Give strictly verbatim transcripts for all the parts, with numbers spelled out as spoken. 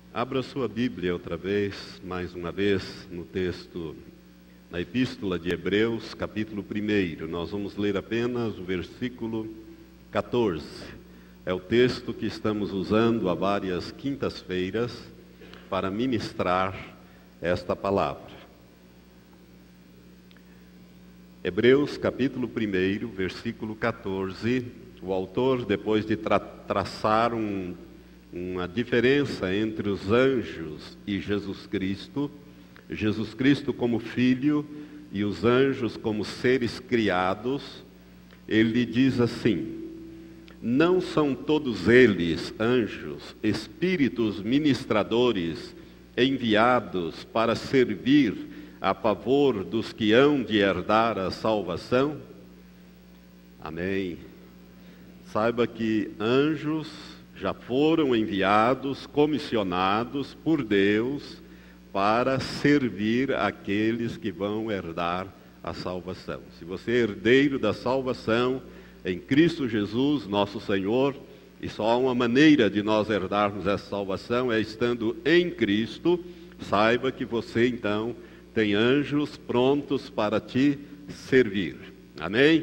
Abra sua Bíblia outra vez, mais uma vez, no texto, na Epístola de Hebreus, capítulo primeiro. Nós vamos ler apenas o versículo quatorze. É o texto que estamos usando há várias quintas-feiras para ministrar esta palavra. Hebreus, capítulo primeiro, versículo quatorze. O autor, depois de tra- traçar um uma diferença entre os anjos e Jesus Cristo, Jesus Cristo como Filho e os anjos como seres criados, ele diz assim: não são todos eles, anjos, espíritos ministradores enviados para servir a favor dos que hão de herdar a salvação? Amém. Saiba que anjos já foram enviados, comissionados por Deus para servir aqueles que vão herdar a salvação. Se você é herdeiro da salvação em Cristo Jesus, nosso Senhor, e só há uma maneira de nós herdarmos essa salvação, é estando em Cristo, saiba que você então tem anjos prontos para te servir. Amém?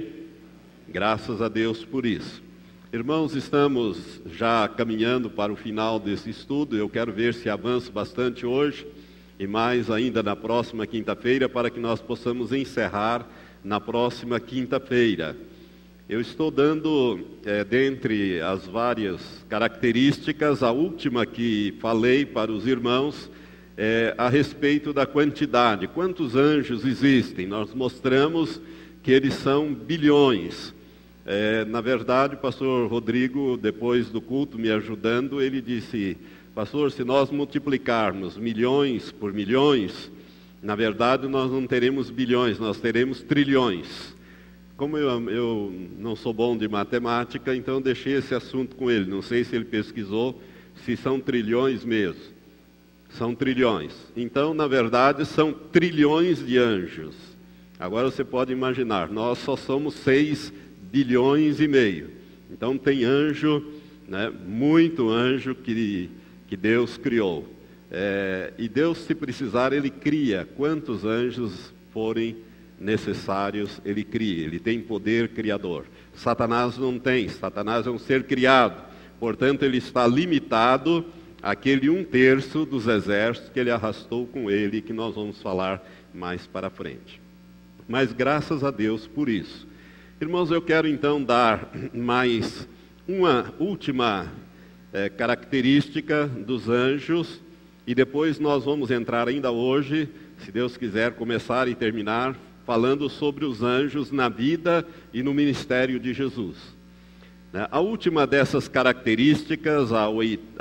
Graças a Deus por isso. Irmãos, estamos já caminhando para o final desse estudo. Eu quero ver se avanço bastante hoje e mais ainda na próxima quinta-feira, para que nós possamos encerrar na próxima quinta-feira. Eu estou dando, é, dentre as várias características, a última que falei para os irmãos, é, a respeito da quantidade. Quantos anjos existem? Nós mostramos que eles são bilhões. É, na verdade, o pastor Rodrigo, depois do culto, me ajudando, ele disse: pastor, se nós multiplicarmos milhões por milhões, na verdade nós não teremos bilhões, nós teremos trilhões. Como eu, eu não sou bom de matemática, então deixei esse assunto com ele. Não sei se ele pesquisou, se são trilhões mesmo. São trilhões. Então, na verdade, são trilhões de anjos. Agora você pode imaginar, nós só somos seis bilhões e meio. Então tem anjo, né, muito anjo que, que Deus criou. É, e Deus, se precisar, Ele cria. Quantos anjos forem necessários, Ele cria. Ele tem poder criador. Satanás não tem. Satanás é um ser criado. Portanto, ele está limitado àquele um terço dos exércitos que ele arrastou com ele, que nós vamos falar mais para frente. Mas graças a Deus por isso. Irmãos, eu quero então dar mais uma última é, característica dos anjos, e depois nós vamos entrar ainda hoje, se Deus quiser, começar e terminar, falando sobre os anjos na vida e no ministério de Jesus. Né? A última dessas características, a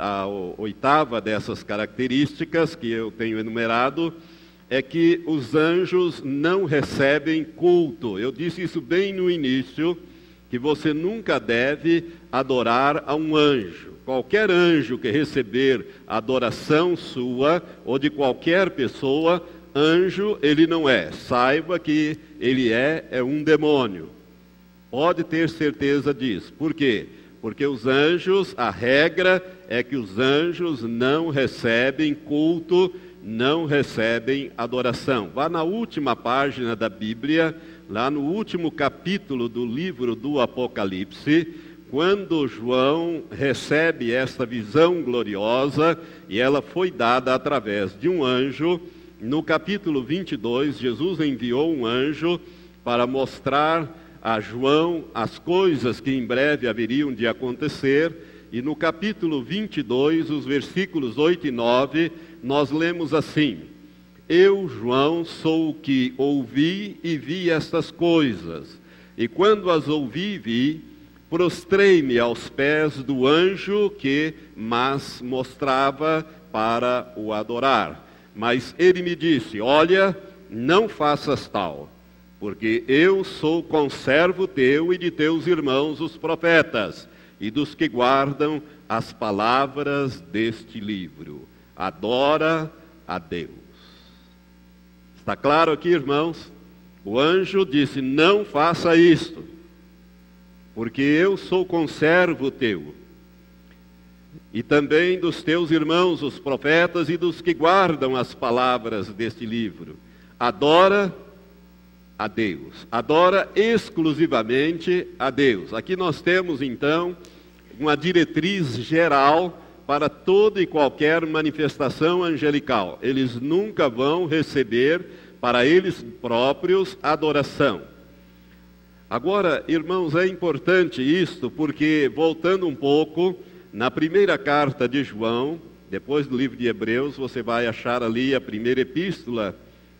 oitava dessas características que eu tenho enumerado, é que os anjos não recebem culto. Eu disse isso bem no início, que você nunca deve adorar a um anjo. Qualquer anjo que receber adoração sua, ou de qualquer pessoa, anjo ele não é. Saiba que ele é, é um demônio. Pode ter certeza disso. Por quê? Porque os anjos, a regra é que os anjos não recebem culto, não recebem adoração. Vá na última página da Bíblia, lá no último capítulo do livro do Apocalipse, quando João recebe esta visão gloriosa, e ela foi dada através de um anjo. No capítulo vinte e dois, Jesus enviou um anjo para mostrar a João as coisas que em breve haveriam de acontecer, e no capítulo vinte e dois, os versículos oito e nove, nós lemos assim: eu, João, sou o que ouvi e vi estas coisas, e quando as ouvi e vi, prostrei-me aos pés do anjo que mas mostrava para o adorar. Mas ele me disse: olha, não faças tal, porque eu sou conservo teu e de teus irmãos os profetas, e dos que guardam as palavras deste livro. Adora a Deus. Está claro aqui, irmãos? O anjo disse: não faça isto, porque eu sou conservo teu. e também dos teus irmãos, os profetas, e dos que guardam as palavras deste livro. Adora a Deus. Adora exclusivamente a Deus. Aqui nós temos, então, uma diretriz geral para toda e qualquer manifestação angelical. Eles nunca vão receber para eles próprios adoração. Agora, irmãos, é importante isto, porque, voltando um pouco, na primeira carta de João, depois do livro de Hebreus, você vai achar ali a primeira epístola.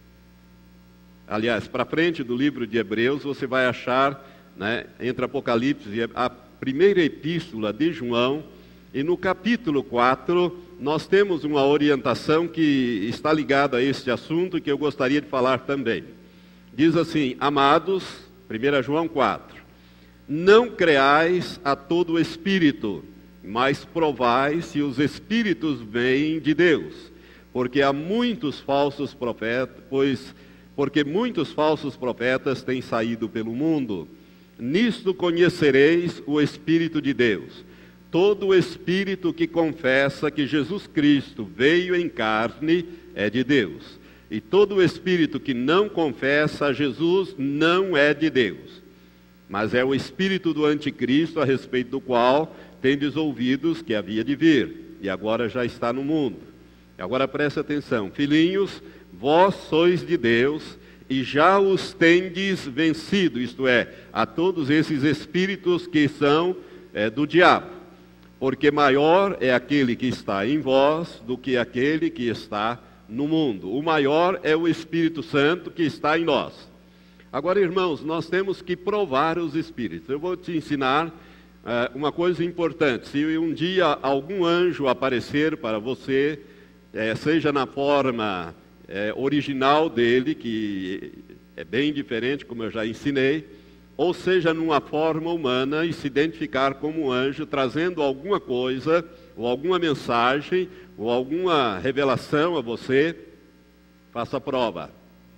Aliás, para frente do livro de Hebreus, você vai achar, né, entre Apocalipse e a primeira epístola de João, e no capítulo quatro, nós temos uma orientação que está ligada a este assunto, que eu gostaria de falar também. Diz assim: amados, primeira João quatro, não creais a todo o espírito, mas provai se os espíritos vêm de Deus, porque há muitos falsos profetas, pois porque muitos falsos profetas têm saído pelo mundo. Nisto conhecereis o Espírito de Deus. Todo espírito que confessa que Jesus Cristo veio em carne é de Deus. E todo espírito que não confessa a Jesus não é de Deus. Mas é o espírito do anticristo, a respeito do qual tendes ouvidos que havia de vir, e agora já está no mundo. Agora preste atenção, filhinhos, vós sois de Deus e já os tendes vencido, isto é, a todos esses espíritos que são é, do diabo. Porque maior é aquele que está em vós do que aquele que está no mundo. O maior é o Espírito Santo que está em nós. Agora, irmãos, nós temos que provar os espíritos. Eu vou te ensinar uh, uma coisa importante. Se um dia algum anjo aparecer para você, é, seja na forma é, original dele, que é bem diferente, como eu já ensinei, ou seja numa forma humana e se identificar como anjo, trazendo alguma coisa, ou alguma mensagem, ou alguma revelação a você, faça prova.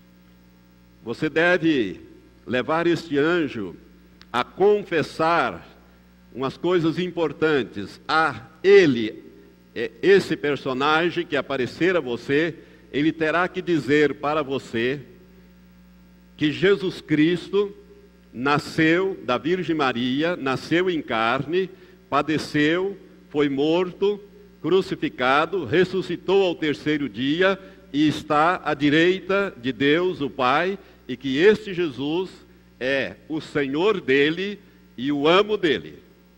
Você deve levar este anjo a confessar umas coisas importantes. A ele, esse personagem que aparecer a você, ele terá que dizer para você que Jesus Cristo nasceu da Virgem Maria, nasceu em carne, padeceu, foi morto, crucificado, ressuscitou ao terceiro dia e está à direita de Deus, o Pai, e que este Jesus é o Senhor dele e o amo dele.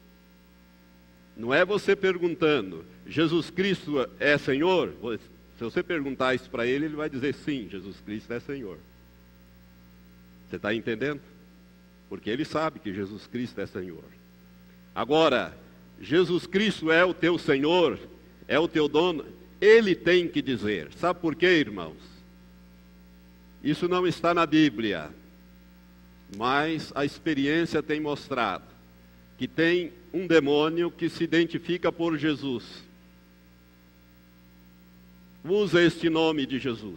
Não é você perguntando, Jesus Cristo é Senhor? Se você perguntar isso para ele, ele vai dizer sim, Jesus Cristo é Senhor. Você está entendendo? Porque ele sabe que Jesus Cristo é Senhor. Agora, Jesus Cristo é o teu Senhor, é o teu dono, ele tem que dizer. Sabe por quê, irmãos? Isso não está na Bíblia, mas a experiência tem mostrado que tem um demônio que se identifica por Jesus. Usa este nome de Jesus.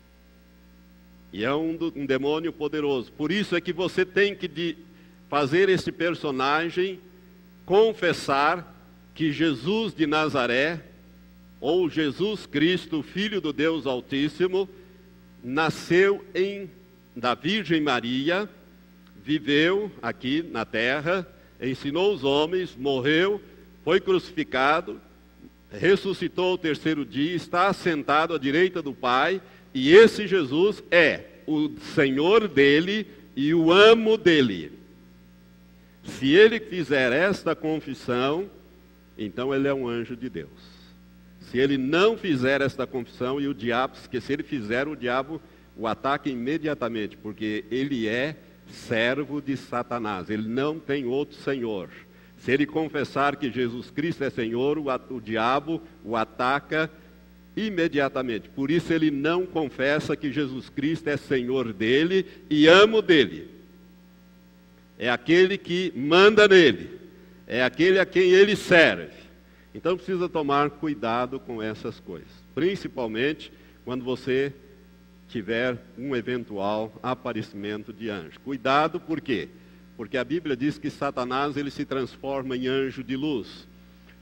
E é um, um demônio poderoso. Por isso é que você tem que de fazer esse personagem confessar que Jesus de Nazaré, ou Jesus Cristo, Filho do Deus Altíssimo, nasceu em, da Virgem Maria, viveu aqui na terra, ensinou os homens, morreu, foi crucificado, ressuscitou ao terceiro dia, está assentado à direita do Pai, e esse Jesus é o Senhor dele e o amo dele. Se ele fizer esta confissão, então ele é um anjo de Deus. Se ele não fizer esta confissão, e o diabo, porque se ele fizer, o diabo o ataca imediatamente, porque ele é servo de Satanás, ele não tem outro Senhor. Se ele confessar que Jesus Cristo é Senhor, o, o diabo o ataca imediatamente. Por isso ele não confessa que Jesus Cristo é Senhor dele e amo dele. É aquele que manda nele, é aquele a quem ele serve. Então precisa tomar cuidado com essas coisas, principalmente quando você tiver um eventual aparecimento de anjo. Cuidado, por quê? Porque a Bíblia diz que Satanás ele se transforma em anjo de luz.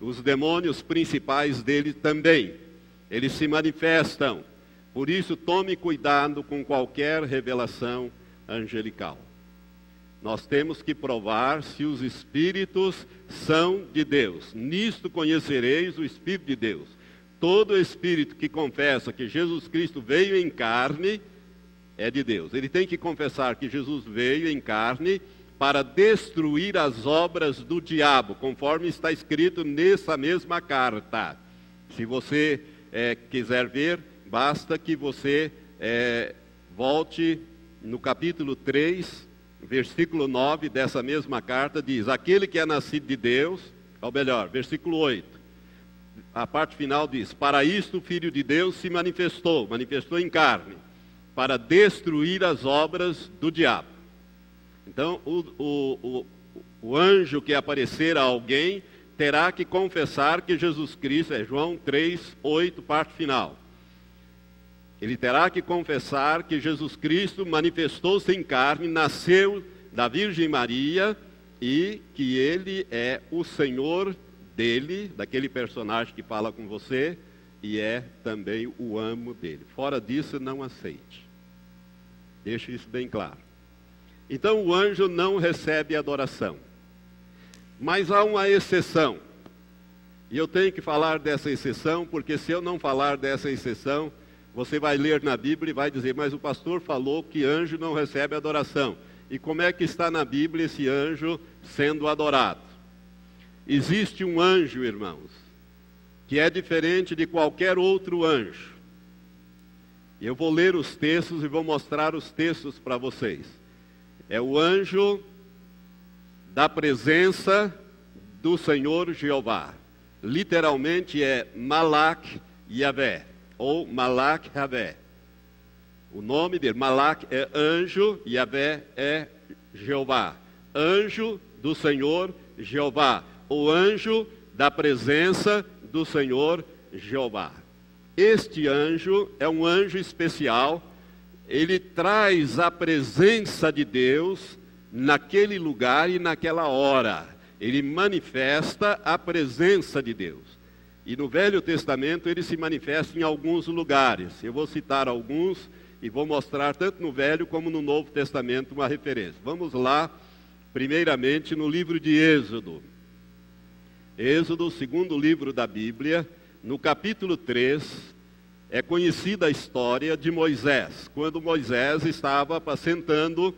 os demônios principais dele também. Eles se manifestam. Por isso, tome cuidado com qualquer revelação angelical. Nós temos que provar se os espíritos são de Deus. Nisto conhecereis o Espírito de Deus. Todo espírito que confessa que Jesus Cristo veio em carne é de Deus. Ele tem que confessar que Jesus veio em carne para destruir as obras do diabo, conforme está escrito nessa mesma carta. Se você é, quiser ver, basta que você é, volte no capítulo três, versículo nove dessa mesma carta, diz: aquele que é nascido de Deus, ou melhor, versículo oito, a parte final diz: para isto o Filho de Deus se manifestou, manifestou em carne, para destruir as obras do diabo. Então, o, o, o, o anjo que aparecer a alguém terá que confessar que Jesus Cristo, é João três, oito, parte final. Ele terá que confessar que Jesus Cristo manifestou-se em carne, nasceu da Virgem Maria e que Ele é o Senhor dele, daquele personagem que fala com você, e é também o amo dele. Fora disso, não aceite. Deixe isso bem claro. Então, o anjo não recebe adoração. Mas há uma exceção. E eu tenho que falar dessa exceção, porque se eu não falar dessa exceção, você vai ler na Bíblia e vai dizer: mas o pastor falou que anjo não recebe adoração. E como é que está na Bíblia esse anjo sendo adorado? Existe um anjo, irmãos, que é diferente de qualquer outro anjo. Eu vou ler os textos e vou mostrar os textos para vocês. É o anjo da presença do Senhor Jeová. Literalmente é Malach Yavé, ou Malach Yavé. O nome dele, Malach, é anjo, Yavé é Jeová. Anjo do Senhor Jeová. O anjo da presença do Senhor Jeová. Este anjo é um anjo especial. Ele traz a presença de Deus naquele lugar e naquela hora. Ele manifesta a presença de Deus. E no Velho Testamento ele se manifesta em alguns lugares. Eu vou citar alguns e vou mostrar tanto no Velho como no Novo Testamento uma referência. Vamos lá, primeiramente no livro de Êxodo. Êxodo, o segundo livro da Bíblia, no capítulo três, é conhecida a história de Moisés. Quando Moisés estava apacentando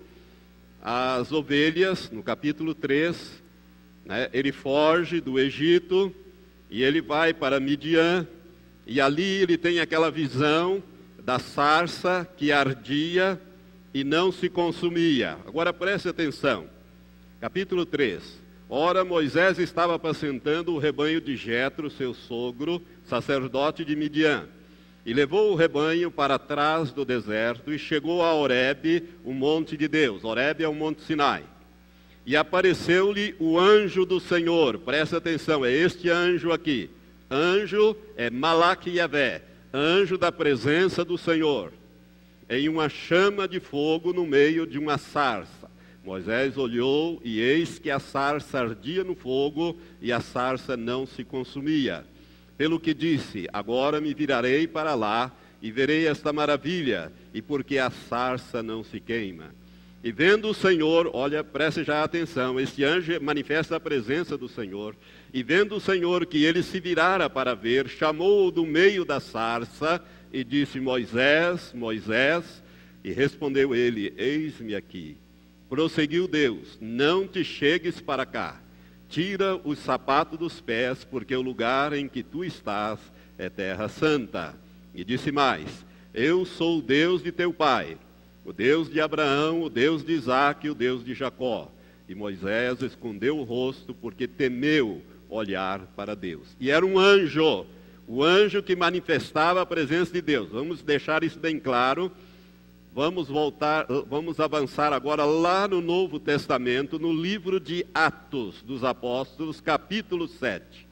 as ovelhas, no capítulo três, né, ele foge do Egito e ele vai para Midian, e ali ele tem aquela visão da sarça que ardia e não se consumia. Agora preste atenção, capítulo três. Ora, Moisés estava apacentando o rebanho de Jetro, seu sogro, sacerdote de Midian, e levou o rebanho para trás do deserto e chegou a Horebe, o monte de Deus. Horebe é o monte Sinai. E apareceu-lhe o anjo do Senhor. Presta atenção, é este anjo aqui. Anjo é Malach Yavé, anjo da presença do Senhor, em uma chama de fogo no meio de uma sarça. Moisés olhou e eis que a sarça ardia no fogo e a sarça não se consumia. Pelo que disse: agora me virarei para lá e verei esta maravilha, e porque a sarça não se queima. E vendo o Senhor, olha, preste já atenção, este anjo manifesta a presença do Senhor. E vendo o Senhor que ele se virara para ver, chamou-o do meio da sarça e disse: Moisés, Moisés, e respondeu ele: eis-me aqui. Prosseguiu Deus: não te chegues para cá, tira os sapatos dos pés, porque o lugar em que tu estás é terra santa. E disse mais: eu sou o Deus de teu pai, o Deus de Abraão, o Deus de Isaque, o Deus de Jacó. E Moisés escondeu o rosto, porque temeu olhar para Deus. E era um anjo, o anjo que manifestava a presença de Deus. Vamos deixar isso bem claro. Vamos voltar, vamos avançar agora lá no Novo Testamento, no livro de Atos dos Apóstolos, capítulo sete.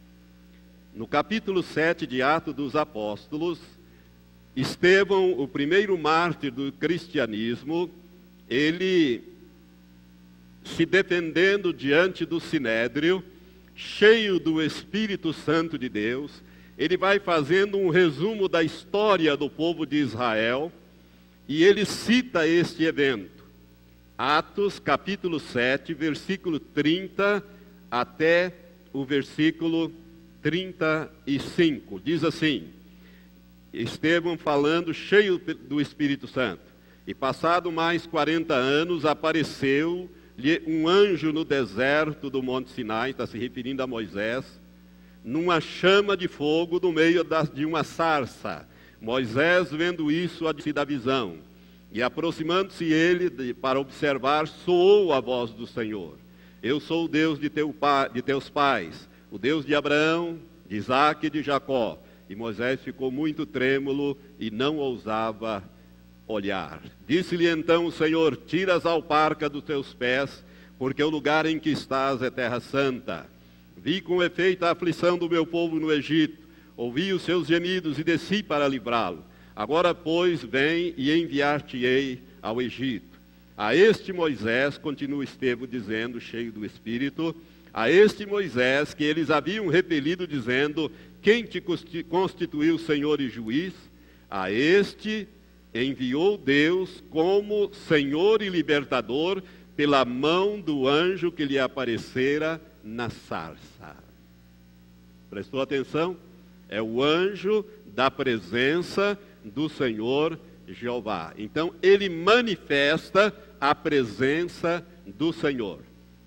No capítulo sete de Atos dos Apóstolos, Estevão, o primeiro mártir do cristianismo, ele, se defendendo diante do Sinédrio, cheio do Espírito Santo de Deus, ele vai fazendo um resumo da história do povo de Israel, e ele cita este evento. Atos, capítulo sete, versículo trinta até o versículo trinta e cinco. Diz assim: Estevão falando, cheio do Espírito Santo. E passado mais quarenta anos, apareceu-lhe um anjo no deserto do Monte Sinai, está se referindo a Moisés, numa chama de fogo no meio de uma sarça. Moisés, vendo isso, disse da visão. E aproximando-se ele de, para observar, soou a voz do Senhor: Eu sou o Deus de, teu pa, de teus pais, o Deus de Abraão, de Isaque e de Jacó. E Moisés ficou muito trêmulo e não ousava olhar. Disse-lhe então o Senhor: Tira as alparcas dos teus pés, porque o lugar em que estás é terra santa. Vi com efeito a aflição do meu povo no Egito, ouvi os seus gemidos e desci para livrá-lo. Agora, pois, vem e enviar-te-ei ao Egito. A este Moisés, continua Estevão dizendo, cheio do Espírito, a este Moisés que eles haviam repelido, dizendo: Quem te constituiu Senhor e juiz? A este enviou Deus como Senhor e libertador pela mão do anjo que lhe aparecera na sarça. Prestou atenção? É o anjo da presença do Senhor Jeová. Então, ele manifesta a presença do Senhor.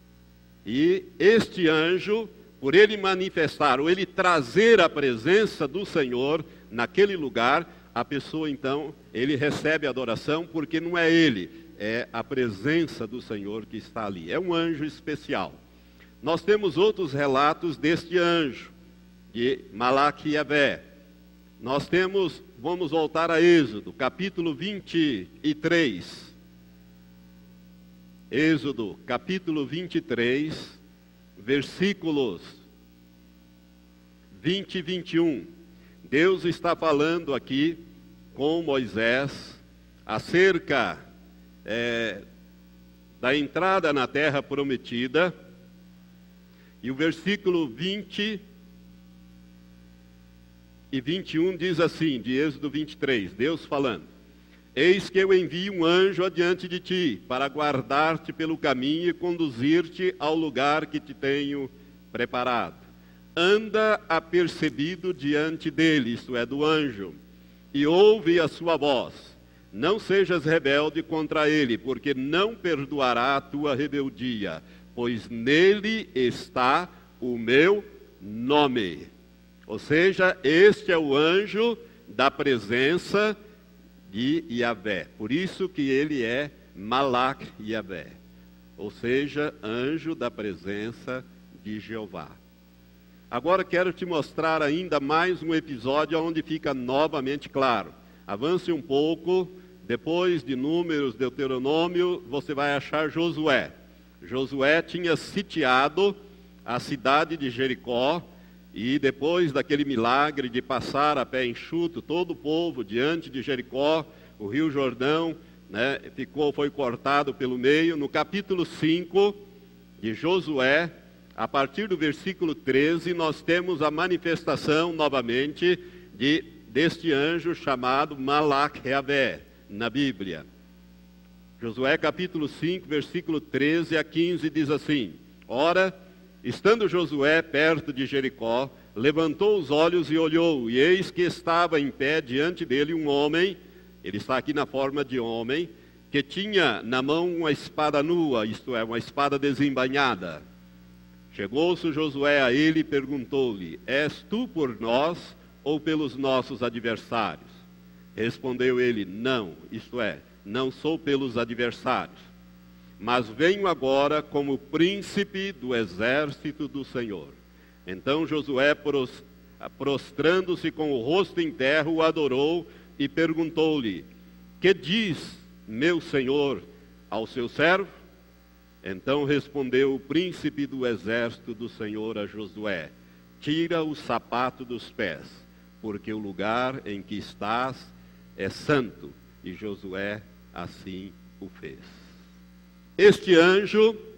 E este anjo, por ele manifestar, ou ele trazer a presença do Senhor naquele lugar, a pessoa então, ele recebe adoração, porque não é ele, é a presença do Senhor que está ali. É um anjo especial. Nós temos outros relatos deste anjo, de Malach Yavé. Nós temos, vamos voltar a Êxodo, capítulo vinte e três. Êxodo, capítulo vinte e três, versículos vinte e vinte e um. Deus está falando aqui com Moisés acerca é, da entrada na terra prometida. E o versículo vinte e vinte e um diz assim, de Êxodo vinte e três, Deus falando: Eis que eu envio um anjo adiante de ti, para guardar-te pelo caminho e conduzir-te ao lugar que te tenho preparado. Anda apercebido diante dele, isto é, do anjo, e ouve a sua voz. Não sejas rebelde contra ele, porque não perdoará a tua rebeldia, pois nele está o meu nome. Ou seja, este é o anjo da presença de Yavé. Por isso que ele é Malach Yavé. Ou seja, anjo da presença de Jeová. Agora quero te mostrar ainda mais um episódio onde fica novamente claro. Avance um pouco, depois de Números, Deuteronômio, você vai achar Josué. Josué tinha sitiado a cidade de Jericó, e depois daquele milagre de passar a pé enxuto todo o povo diante de Jericó, o rio Jordão, né, ficou, foi cortado pelo meio. No capítulo cinco de Josué, a partir do versículo treze, nós temos a manifestação novamente de, deste anjo chamado Malach Yavé na Bíblia. Josué capítulo cinco, versículo treze a quinze diz assim: Ora, estando Josué perto de Jericó, levantou os olhos e olhou, e eis que estava em pé diante dele um homem, ele está aqui na forma de homem, que tinha na mão uma espada nua, isto é, uma espada desembainhada. Chegou-se Josué a ele e perguntou-lhe: És tu por nós ou pelos nossos adversários? Respondeu ele: Não, isto é, não sou pelos adversários, mas venho agora como príncipe do exército do Senhor. Então Josué, prostrando-se com o rosto em terra, o adorou e perguntou-lhe: Que diz meu senhor ao seu servo? Então respondeu o príncipe do exército do Senhor a Josué: Tira o sapato dos pés, porque o lugar em que estás é santo. E Josué assim o fez. Este anjo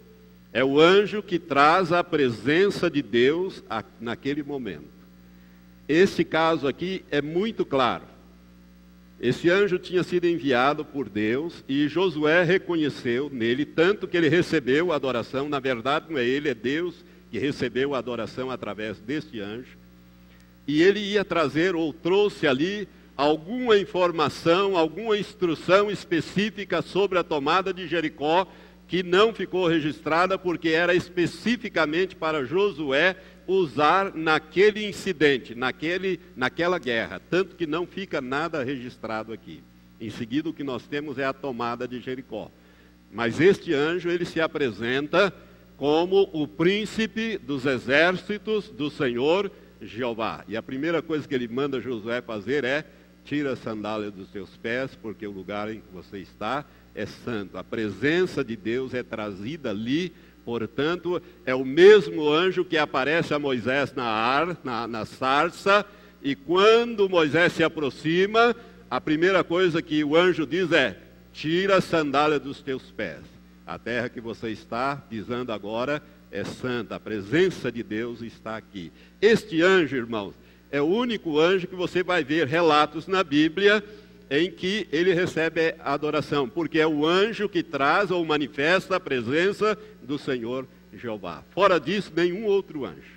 É o anjo que traz a presença de Deus naquele momento. Esse caso aqui é muito claro. Esse anjo tinha sido enviado por Deus e Josué reconheceu nele, tanto que ele recebeu a adoração. Na verdade, não é ele, é Deus que recebeu a adoração através deste anjo. E ele ia trazer, ou trouxe ali, alguma informação, alguma instrução específica sobre a tomada de Jericó, que não ficou registrada porque era especificamente para Josué usar naquele incidente, naquele, naquela guerra. Tanto que não fica nada registrado aqui. Em seguida, o que nós temos é a tomada de Jericó. Mas este anjo, ele se apresenta como o príncipe dos exércitos do Senhor Jeová. E a primeira coisa que ele manda Josué fazer é: tira a sandália dos teus pés, porque o lugar em que você está é santo. A presença de Deus é trazida ali, portanto, é o mesmo anjo que aparece a Moisés na, ar, na, na sarça, e quando Moisés se aproxima, a primeira coisa que o anjo diz é: tira a sandália dos teus pés. A terra que você está pisando agora é santa, a presença de Deus está aqui. Este anjo, irmãos, é o único anjo que você vai ver relatos na Bíblia em que ele recebe a adoração, porque é o anjo que traz ou manifesta a presença do Senhor Jeová. Fora disso, nenhum outro anjo.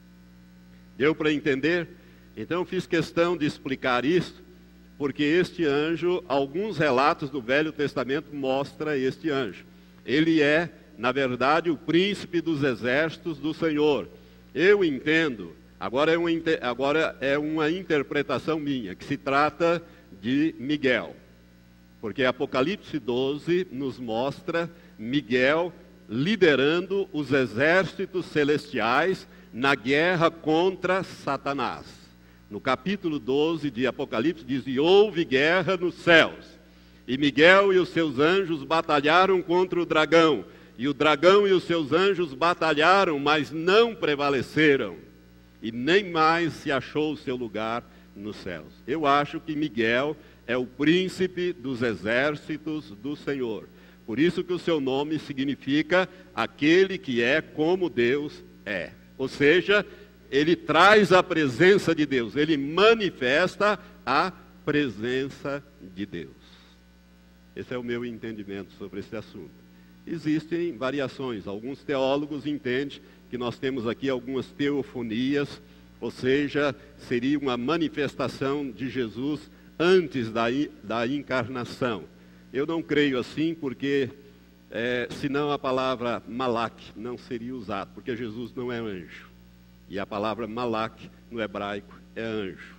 Deu para entender? Então fiz questão de explicar isso, porque este anjo, alguns relatos do Velho Testamento mostram este anjo. Ele é, na verdade, o príncipe dos exércitos do Senhor. Eu entendo, agora é uma, agora é uma interpretação minha, que se trata de Miguel. Porque Apocalipse doze nos mostra Miguel liderando os exércitos celestiais na guerra contra Satanás. No capítulo doze de Apocalipse diz: e houve guerra nos céus, e Miguel e os seus anjos batalharam contra o dragão, e o dragão e os seus anjos batalharam, mas não prevaleceram, e nem mais se achou o seu lugar nos céus. Eu acho que Miguel é o príncipe dos exércitos do Senhor. Por isso que o seu nome significa aquele que é como Deus é. Ou seja, ele traz a presença de Deus, ele manifesta a presença de Deus. Esse é o meu entendimento sobre esse assunto. Existem variações. Alguns teólogos entendem que nós temos aqui algumas teofonias, ou seja, seria uma manifestação de Jesus antes da, da encarnação. Eu não creio assim, porque é, senão a palavra malak não seria usada, porque Jesus não é anjo. E a palavra malak no hebraico é anjo.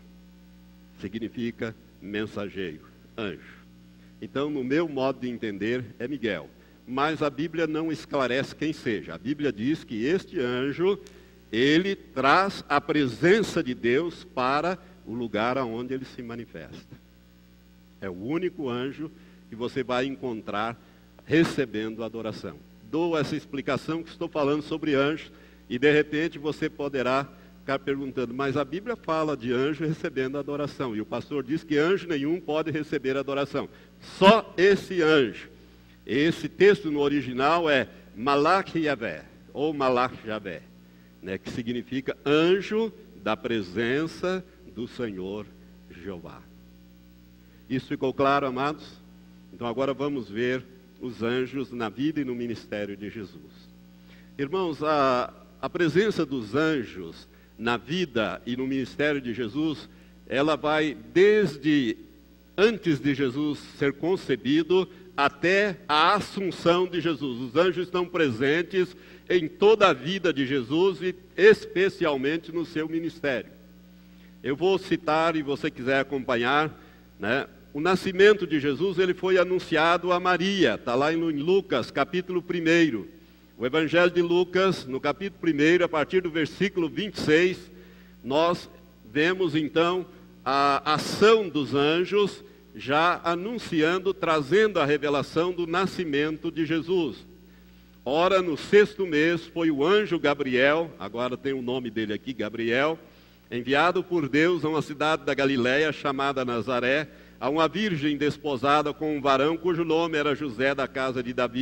Significa mensageiro, anjo. Então, no meu modo de entender, é Miguel. Mas a Bíblia não esclarece quem seja. A Bíblia diz que este anjo, ele traz a presença de Deus para o lugar aonde ele se manifesta. É o único anjo que você vai encontrar recebendo adoração. Dou essa explicação que estou falando sobre anjos, e de repente você poderá ficar perguntando: mas a Bíblia fala de anjo recebendo adoração, e o pastor diz que anjo nenhum pode receber adoração. Só esse anjo. Esse texto no original é Malach Yavé, ou Malach Javé, né, que significa anjo da presença do Senhor Jeová. Isso ficou claro, amados? Então agora vamos ver os anjos na vida e no ministério de Jesus. Irmãos, a, a presença dos anjos na vida e no ministério de Jesus, ela vai desde antes de Jesus ser concebido até a assunção de Jesus. Os anjos estão presentes em toda a vida de Jesus e especialmente no seu ministério. Eu vou citar, e você quiser acompanhar, né, o nascimento de Jesus. Ele foi anunciado a Maria, está lá em Lucas, capítulo primeiro. O Evangelho de Lucas, no capítulo primeiro, a partir do versículo vinte e seis, nós vemos então a ação dos anjos já anunciando, trazendo a revelação do nascimento de Jesus. Ora, no sexto mês, foi o anjo Gabriel, agora tem o nome dele aqui, Gabriel, enviado por Deus a uma cidade da Galiléia chamada Nazaré, a uma virgem desposada com um varão cujo nome era José, da casa de Davi.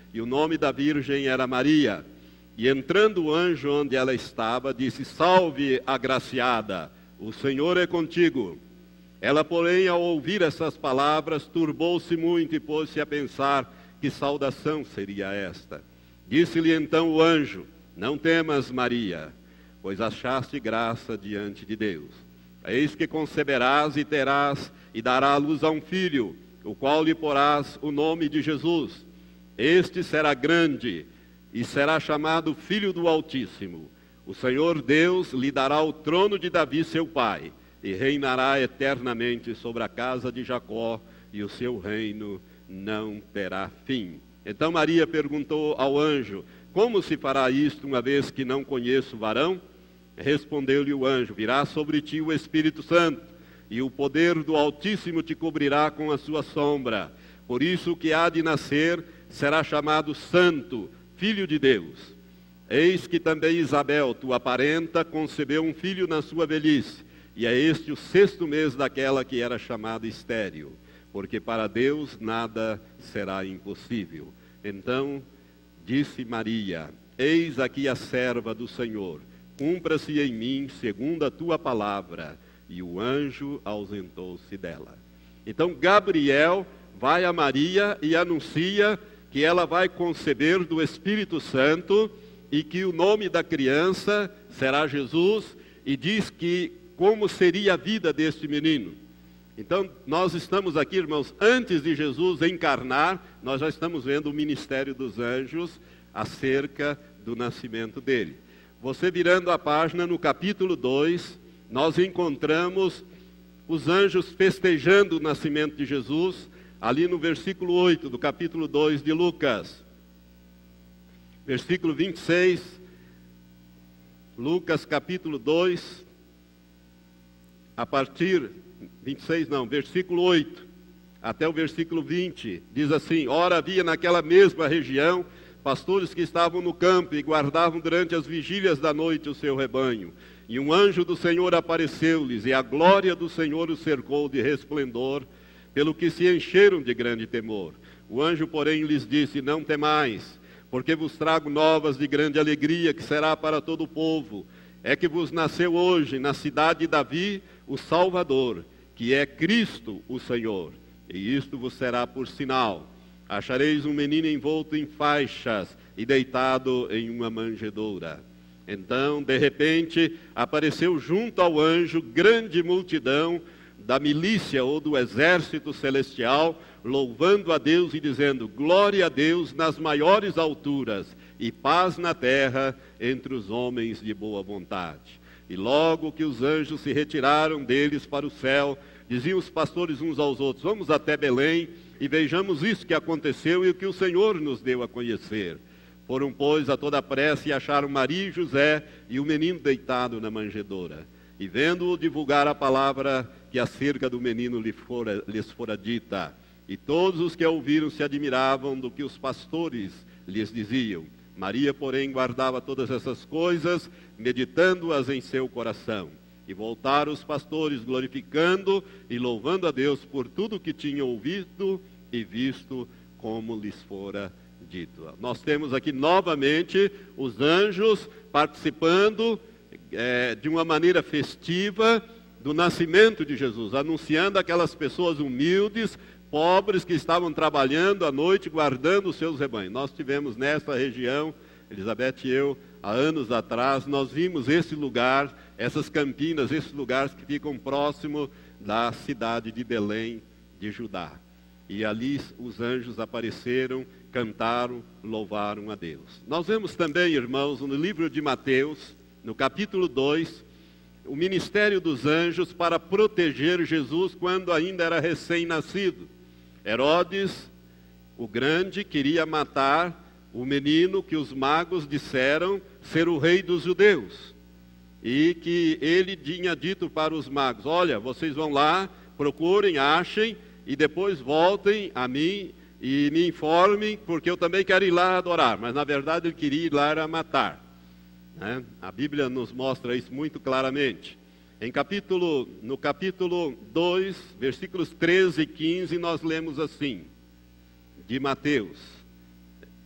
e o nome da virgem era Maria. E entrando o anjo onde ela estava, disse: Salve, agraciada, o Senhor é contigo. Ela, porém, ao ouvir essas palavras, turbou-se muito e pôs-se a pensar que saudação seria esta. Disse-lhe então o anjo: Não temas, Maria, pois achaste graça diante de Deus. Eis que conceberás e terás e dará à luz a um filho, o qual lhe porás o nome de Jesus. Este será grande e será chamado Filho do Altíssimo. O Senhor Deus lhe dará o trono de Davi, seu pai, e reinará eternamente sobre a casa de Jacó, e o seu reino não terá fim. Então Maria perguntou ao anjo: Como se fará isto, uma vez que não conheço varão? Respondeu-lhe o anjo: Virá sobre ti o Espírito Santo, e o poder do Altíssimo te cobrirá com a sua sombra. Por isso o que há de nascer será chamado Santo, Filho de Deus. Eis que também Isabel, tua parenta, concebeu um filho na sua velhice, e é este o sexto mês daquela que era chamada estéril, porque para Deus nada será impossível. Então disse Maria: Eis aqui a serva do Senhor, cumpra-se em mim segundo a tua palavra. E o anjo ausentou-se dela. Então Gabriel vai a Maria e anuncia que ela vai conceber do Espírito Santo e que o nome da criança será Jesus, e diz que como seria a vida deste menino. Então nós estamos aqui, irmãos, antes de Jesus encarnar, nós já estamos vendo o ministério dos anjos acerca do nascimento dele. Você virando a página, no capítulo dois, nós encontramos os anjos festejando o nascimento de Jesus, ali no versículo oito do capítulo dois de Lucas. Versículo vinte e seis, Lucas capítulo dois, a partir, vinte e seis não, versículo oito, até o versículo vinte, diz assim: Ora, havia naquela mesma região pastores que estavam no campo e guardavam durante as vigílias da noite o seu rebanho. E um anjo do Senhor apareceu-lhes, e a glória do Senhor os cercou de resplendor, pelo que se encheram de grande temor. O anjo, porém, lhes disse: Não temais, porque vos trago novas de grande alegria, que será para todo o povo. É que vos nasceu hoje, na cidade de Davi, o Salvador, que é Cristo o Senhor. E isto vos será por sinal: achareis um menino envolto em faixas e deitado em uma manjedoura. Então, de repente, apareceu junto ao anjo grande multidão da milícia ou do exército celestial, louvando a Deus e dizendo: Glória a Deus nas maiores alturas, e paz na terra entre os homens de boa vontade. E logo que os anjos se retiraram deles para o céu, diziam os pastores uns aos outros: Vamos até Belém e vejamos isso que aconteceu e o que o Senhor nos deu a conhecer. Foram, pois, a toda pressa e acharam Maria e José e o menino deitado na manjedoura. E vendo-o divulgar a palavra que acerca do menino lhe fora, lhes fora dita. E todos os que a ouviram se admiravam do que os pastores lhes diziam. Maria, porém, guardava todas essas coisas, meditando-as em seu coração. E voltaram os pastores, glorificando e louvando a Deus por tudo o que tinham ouvido e visto, como lhes fora dito. Nós temos aqui novamente os anjos participando é, de uma maneira festiva do nascimento de Jesus, anunciando aquelas pessoas humildes, pobres, que estavam trabalhando à noite, guardando os seus rebanhos. Nós tivemos nessa região, Elizabeth e eu, há anos atrás, nós vimos esse lugar, essas campinas, esses lugares que ficam próximo da cidade de Belém, de Judá. E ali os anjos apareceram, cantaram, louvaram a Deus. Nós vemos também, irmãos, no livro de Mateus, no capítulo dois, o ministério dos anjos para proteger Jesus quando ainda era recém-nascido. Herodes, o grande, queria matar o menino que os magos disseram ser o rei dos judeus. E que ele tinha dito para os magos: olha, vocês vão lá, procurem, achem, e depois voltem a mim e me informem, porque eu também quero ir lá adorar. Mas na verdade ele queria ir lá a matar. Né? A Bíblia nos mostra isso muito claramente. Em capítulo, no capítulo dois, versículos treze e quinze, nós lemos assim, de Mateus: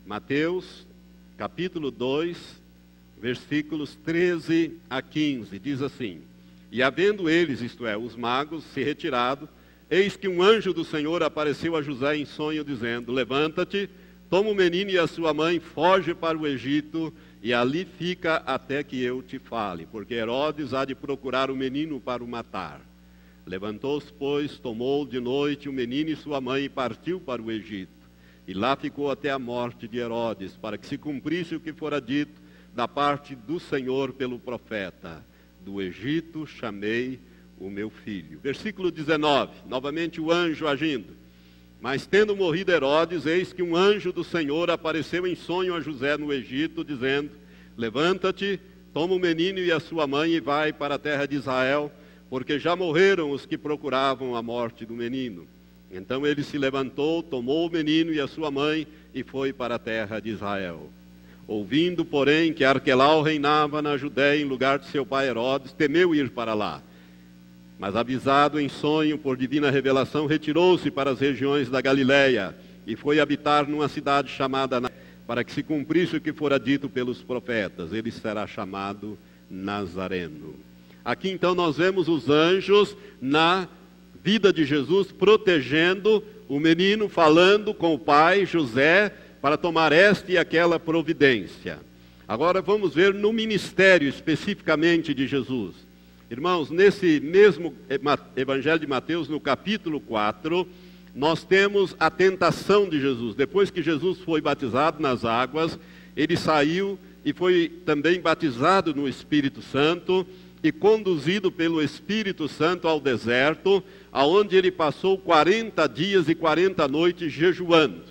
Mateus, capítulo dois, versículos treze a quinze, diz assim: E havendo eles, isto é, os magos, se retirado, eis que um anjo do Senhor apareceu a José em sonho, dizendo: Levanta-te, toma o menino e a sua mãe, foge para o Egito, e ali fica até que eu te fale, porque Herodes há de procurar o menino para o matar. Levantou-se, pois, tomou de noite o menino e sua mãe e partiu para o Egito. E lá ficou até a morte de Herodes, para que se cumprisse o que fora dito da parte do Senhor pelo profeta: do Egito chamei o meu filho. Versículo dezenove, novamente o anjo agindo. Mas tendo morrido Herodes, eis que um anjo do Senhor apareceu em sonho a José no Egito, dizendo: Levanta-te, toma o menino e a sua mãe e vai para a terra de Israel, porque já morreram os que procuravam a morte do menino. Então ele se levantou, tomou o menino e a sua mãe e foi para a terra de Israel. Ouvindo, porém, que Arquelau reinava na Judéia em lugar de seu pai Herodes, temeu ir para lá. Mas avisado em sonho por divina revelação, retirou-se para as regiões da Galiléia e foi habitar numa cidade chamada Nazaré, para que se cumprisse o que fora dito pelos profetas: ele será chamado Nazareno. Aqui então nós vemos os anjos na vida de Jesus, protegendo o menino, falando com o pai José para tomar esta e aquela providência. Agora vamos ver no ministério especificamente de Jesus. Irmãos, nesse mesmo Evangelho de Mateus, no capítulo quatro, nós temos a tentação de Jesus. Depois que Jesus foi batizado nas águas, ele saiu e foi também batizado no Espírito Santo e conduzido pelo Espírito Santo ao deserto, aonde ele passou quarenta dias e quarenta noites jejuando.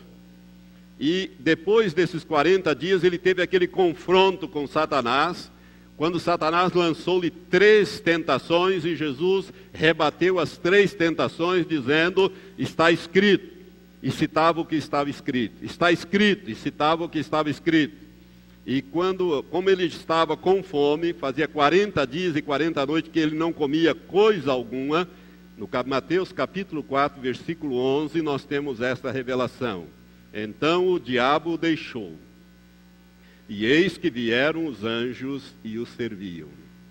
E depois desses quarenta dias ele teve aquele confronto com Satanás, quando Satanás lançou-lhe três tentações e Jesus rebateu as três tentações dizendo: está escrito, e citava o que estava escrito. Está escrito, e citava o que estava escrito. E quando, como ele estava com fome, fazia quarenta dias e quarenta noites que ele não comia coisa alguma, no Mateus capítulo quatro, versículo onze, nós temos esta revelação: então o diabo o deixou, e eis que vieram os anjos e o serviam.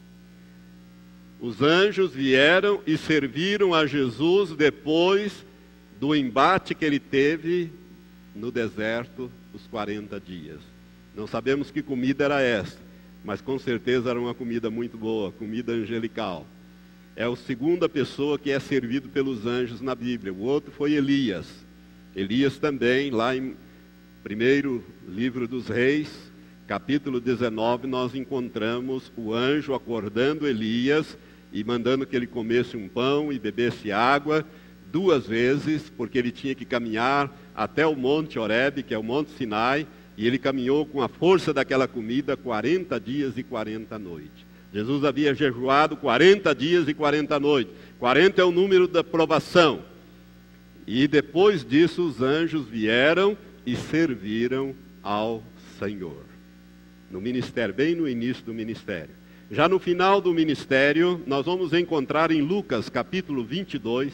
Os anjos vieram e serviram a Jesus depois do embate que ele teve no deserto, os quarenta dias. Não sabemos que comida era essa, mas com certeza era uma comida muito boa, comida angelical. É a segunda pessoa que é servido pelos anjos na Bíblia. O outro foi Elias. Elias também, lá em primeiro livro dos Reis, capítulo dezenove, nós encontramos o anjo acordando Elias e mandando que ele comesse um pão e bebesse água duas vezes, porque ele tinha que caminhar até o Monte Horebe, que é o Monte Sinai, e ele caminhou com a força daquela comida quarenta dias e quarenta noites. Jesus havia jejuado quarenta dias e quarenta noites. quarenta é o número da provação. E depois disso os anjos vieram e serviram ao Senhor. No ministério, bem no início do ministério. Já no final do ministério, nós vamos encontrar em Lucas capítulo vinte e dois,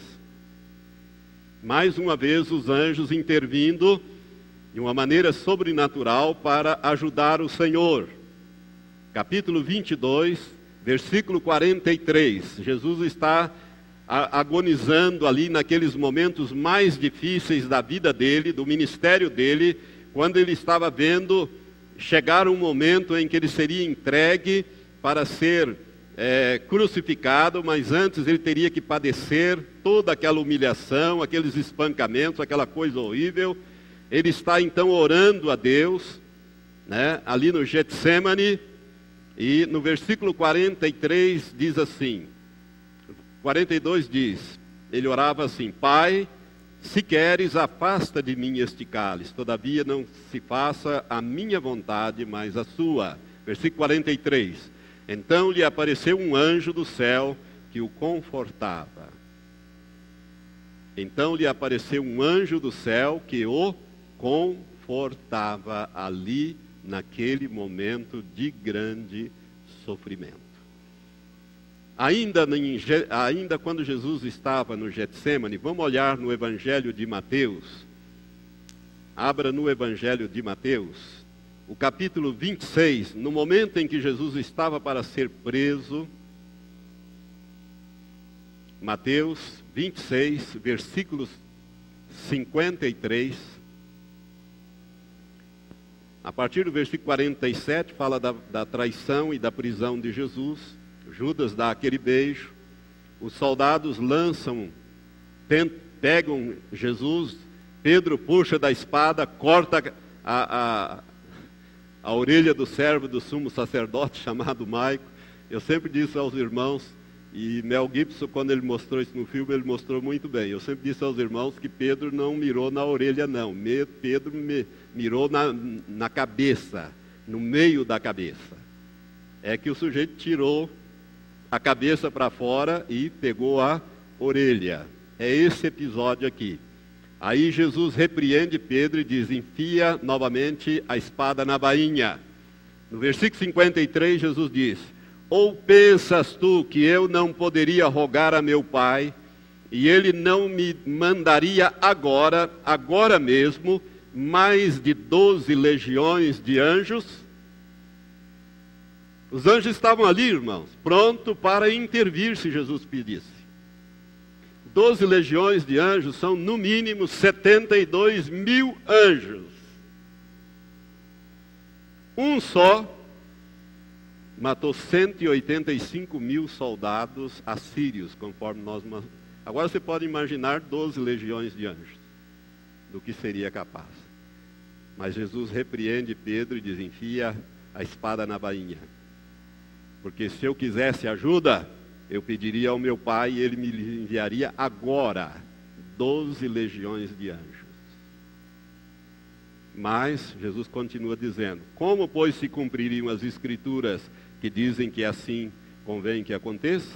mais uma vez os anjos intervindo de uma maneira sobrenatural para ajudar o Senhor. Capítulo vinte e dois, versículo quarenta e três. Jesus está agonizando ali naqueles momentos mais difíceis da vida dele, do ministério dele, quando ele estava vendo chegar um momento em que ele seria entregue para ser é, crucificado, mas antes ele teria que padecer toda aquela humilhação, aqueles espancamentos, aquela coisa horrível. Ele está então orando a Deus, né, ali no Getsêmani, e no versículo quarenta e três diz assim, quarenta e dois diz, ele orava assim: Pai, se queres, afasta de mim este cálice, todavia não se faça a minha vontade, mas a sua. Versículo quarenta e três, então lhe apareceu um anjo do céu que o confortava. Então lhe apareceu um anjo do céu que o confortava ali, naquele momento de grande sofrimento. Ainda, em, ainda quando Jesus estava no Getsêmani, vamos olhar no Evangelho de Mateus, Abra no Evangelho de Mateus, o capítulo vinte e seis, no momento em que Jesus estava para ser preso. Mateus vinte e seis, versículos cinquenta e três. A partir do versículo quarenta e sete, fala da, da traição e da prisão de Jesus. Judas dá aquele beijo. Os soldados lançam, pegam Jesus. Pedro puxa da espada, corta a, a, a orelha do servo do sumo sacerdote, chamado Maico. Eu sempre disse aos irmãos, e Mel Gibson, quando ele mostrou isso no filme, ele mostrou muito bem. Eu sempre disse aos irmãos que Pedro não mirou na orelha, não. Pedro mirou na, na cabeça, no meio da cabeça. É que o sujeito tirou a cabeça para fora e pegou a orelha. É esse episódio aqui. Aí Jesus repreende Pedro e diz: enfia novamente a espada na bainha. No versículo cinquenta e três, Jesus diz: ou pensas tu que eu não poderia rogar a meu Pai, e ele não me mandaria agora, agora mesmo, mais de doze legiões de anjos? Os anjos estavam ali, irmãos, pronto para intervir se Jesus pedisse. Doze legiões de anjos são, no mínimo, setenta e dois mil anjos. Um só matou cento e oitenta e cinco mil soldados assírios, conforme nós... Agora você pode imaginar doze legiões de anjos, do que seria capaz. Mas Jesus repreende Pedro e diz: enfia a espada na bainha. Porque se eu quisesse ajuda, eu pediria ao meu Pai e ele me enviaria agora doze legiões de anjos. Mas Jesus continua dizendo: como, pois, se cumpririam as Escrituras que dizem que assim convém que aconteça?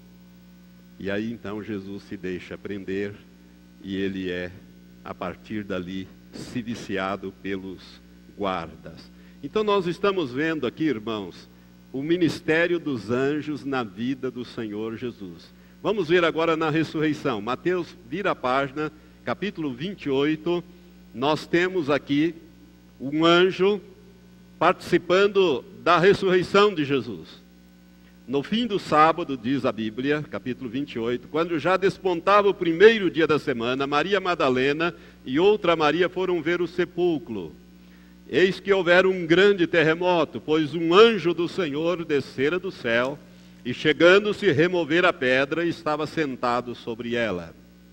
E aí então Jesus se deixa prender e ele é, a partir dali, ciliciado pelos guardas. Então nós estamos vendo aqui, irmãos, o ministério dos anjos na vida do Senhor Jesus. Vamos ver agora na ressurreição. Mateus, vira a página, capítulo vinte e oito. Nós temos aqui um anjo participando da ressurreição de Jesus. No fim do sábado, diz a Bíblia, capítulo vinte e oito, quando já despontava o primeiro dia da semana, Maria Madalena e outra Maria foram ver o sepulcro. Eis que houvera um grande terremoto, pois um anjo do Senhor descera do céu, e chegando-se remover a pedra, estava sentado sobre ela.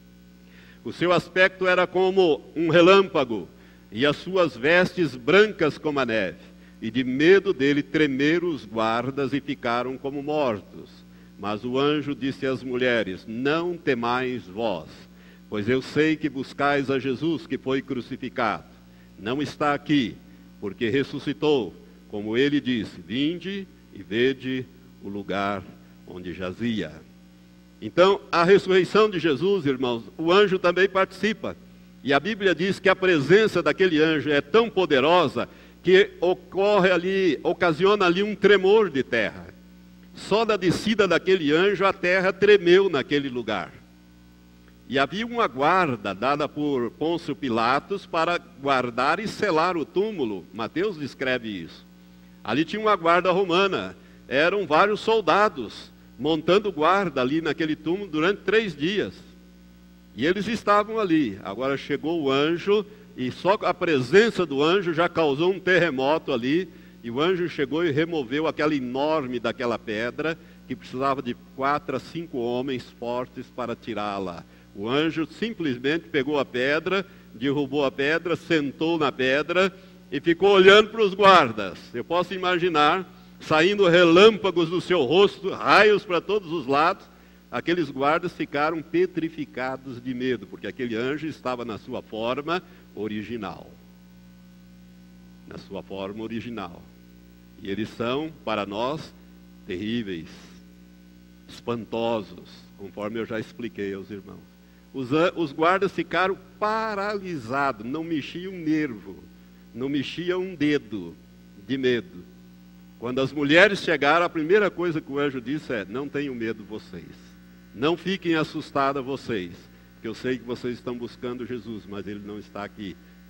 O seu aspecto era como um relâmpago, e as suas vestes brancas como a neve. E de medo dele tremeram os guardas e ficaram como mortos. Mas o anjo disse às mulheres: não temais vós, pois eu sei que buscais a Jesus que foi crucificado. Não está aqui, porque ressuscitou, como ele disse: vinde e vede o lugar onde jazia. Então, a ressurreição de Jesus, irmãos, o anjo também participa. E a Bíblia diz que a presença daquele anjo é tão poderosa que ocorre ali, ocasiona ali um tremor de terra. Só da descida daquele anjo a terra tremeu naquele lugar. E havia uma guarda dada por Pôncio Pilatos para guardar e selar o túmulo. Mateus descreve isso. Ali tinha uma guarda romana. Eram vários soldados montando guarda ali naquele túmulo durante três dias. E eles estavam ali. Agora chegou o anjo, e só a presença do anjo já causou um terremoto ali. E o anjo chegou e removeu aquela enorme daquela pedra, que precisava de quatro a cinco homens fortes para tirá-la. O anjo simplesmente pegou a pedra, derrubou a pedra, sentou na pedra e ficou olhando para os guardas. Eu posso imaginar, saindo relâmpagos do seu rosto, raios para todos os lados. Aqueles guardas ficaram petrificados de medo, porque aquele anjo estava na sua forma original. Na sua forma original. E eles são, para nós, terríveis, espantosos, conforme eu já expliquei aos irmãos. Os, os guardas ficaram paralisados, não mexiam um nervo, não mexiam um dedo de medo. Quando as mulheres chegaram, a primeira coisa que o anjo disse é: não tenham medo vocês, não fiquem assustadas vocês, porque eu sei que vocês estão buscando Jesus, mas ele não está aqui,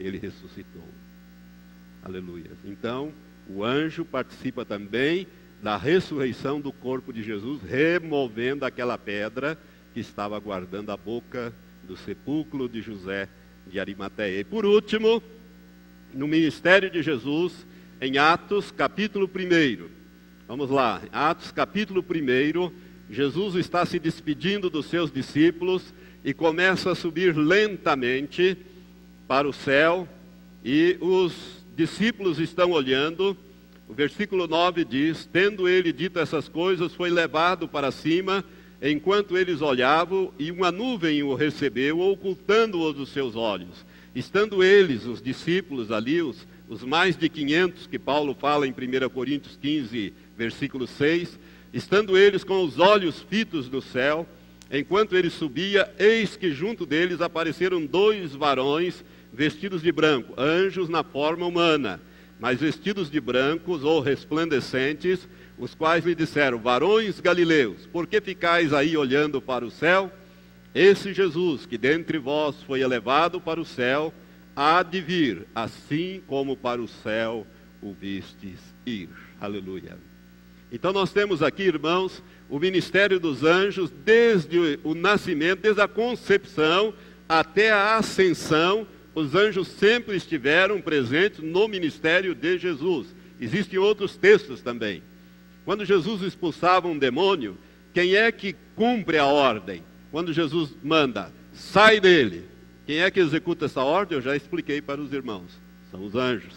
ele ressuscitou. Aleluia. Então, o anjo participa também da ressurreição do corpo de Jesus, removendo aquela pedra que estava guardando a boca do sepulcro de José de Arimateia. E por último, no ministério de Jesus, em Atos capítulo primeiro. Vamos lá, Atos capítulo primeiro, Jesus está se despedindo dos seus discípulos e começa a subir lentamente para o céu, e os discípulos estão olhando. O versículo nove diz: tendo ele dito essas coisas, foi levado para cima, enquanto eles olhavam, e uma nuvem o recebeu, ocultando-o dos seus olhos. Estando eles, os discípulos ali, os, os mais de quinhentos que Paulo fala em primeira Coríntios quinze, versículo seis, estando eles com os olhos fitos no céu, enquanto ele subia, eis que junto deles apareceram dois varões vestidos de branco, anjos na forma humana, mas vestidos de brancos ou resplandecentes, os quais lhe disseram: varões galileus, por que ficais aí olhando para o céu? Esse Jesus, que dentre vós foi elevado para o céu, há de vir, assim como para o céu o vistes ir. Aleluia. Então nós temos aqui, irmãos, o ministério dos anjos, desde o nascimento, desde a concepção até a ascensão. Os anjos sempre estiveram presentes no ministério de Jesus. Existem outros textos também. Quando Jesus expulsava um demônio, quem é que cumpre a ordem? Quando Jesus manda, sai dele. Quem é que executa essa ordem? Eu já expliquei para os irmãos. São os anjos.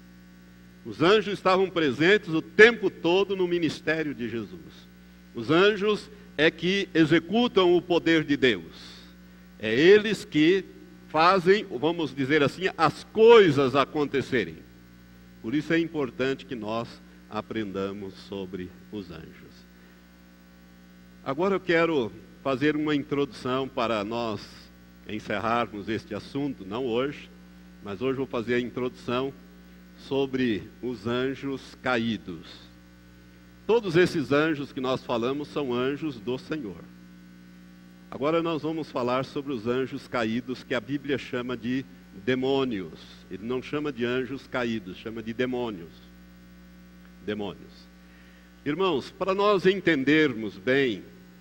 Os anjos estavam presentes o tempo todo no ministério de Jesus. Os anjos é que executam o poder de Deus. É eles que fazem, vamos dizer assim, as coisas acontecerem. Por isso é importante que nós aprendamos sobre os anjos. Agora eu quero fazer uma introdução para nós encerrarmos este assunto, não hoje, mas hoje vou fazer a introdução sobre os anjos caídos. Todos esses anjos que nós falamos são anjos do Senhor. Agora nós vamos falar sobre os anjos caídos, que a Bíblia chama de demônios. Ele não chama de anjos caídos, chama de demônios. Demônios. Irmãos, para nós entendermos bem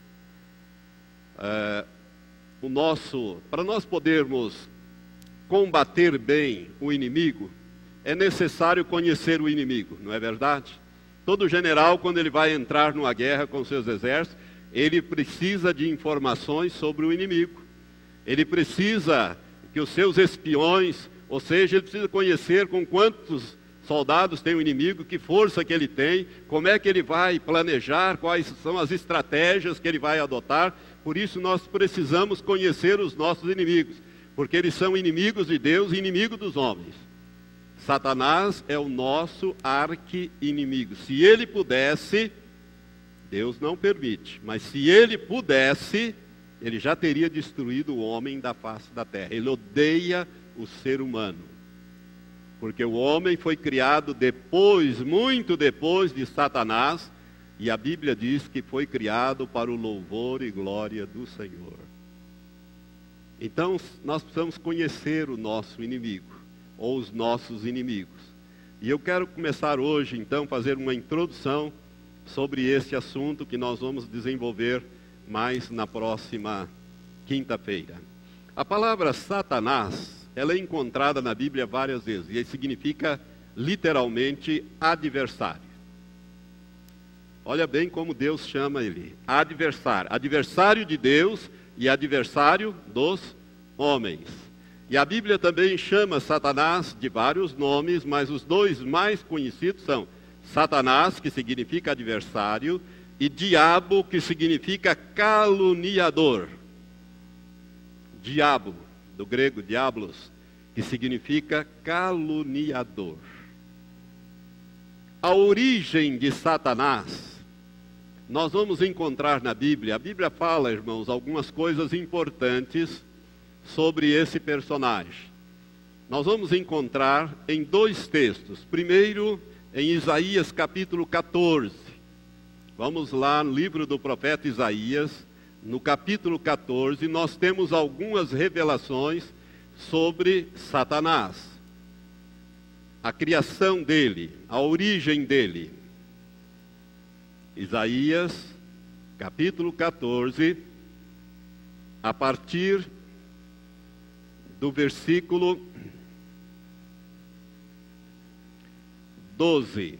uh, o nosso, para nós podermos combater bem o inimigo, é necessário conhecer o inimigo, não é verdade? Todo general, quando ele vai entrar numa guerra com seus exércitos, ele precisa de informações sobre o inimigo. Ele precisa que os seus espiões, ou seja, ele precisa conhecer com quantos soldados tem o inimigo, que força que ele tem, como é que ele vai planejar, quais são as estratégias que ele vai adotar. Por isso nós precisamos conhecer os nossos inimigos, porque eles são inimigos de Deus e inimigos dos homens. Satanás é o nosso arqui-inimigo. Se ele pudesse, Deus não permite, mas se ele pudesse, ele já teria destruído o homem da face da terra. Ele odeia o ser humano, porque o homem foi criado depois, muito depois de Satanás, e a Bíblia diz que foi criado para o louvor e glória do Senhor. Então, nós precisamos conhecer o nosso inimigo, ou os nossos inimigos. E eu quero começar hoje, então, fazer uma introdução sobre esse assunto que nós vamos desenvolver mais na próxima quinta-feira. A palavra Satanás, ela é encontrada na Bíblia várias vezes, e significa literalmente adversário. Olha bem como Deus chama ele, adversário. Adversário de Deus e adversário dos homens. E a Bíblia também chama Satanás de vários nomes, mas os dois mais conhecidos são Satanás, que significa adversário, e diabo, que significa caluniador. Diabo, do grego diablos, que significa caluniador. A origem de Satanás, nós vamos encontrar na Bíblia. A Bíblia fala, irmãos, algumas coisas importantes sobre esse personagem. Nós vamos encontrar em dois textos. Primeiro, em Isaías capítulo quatorze. Vamos lá no livro do profeta Isaías, no capítulo quatorze, nós temos algumas revelações sobre Satanás. a criação dele, a origem dele. Isaías, capítulo quatorze, a partir do versículo doze.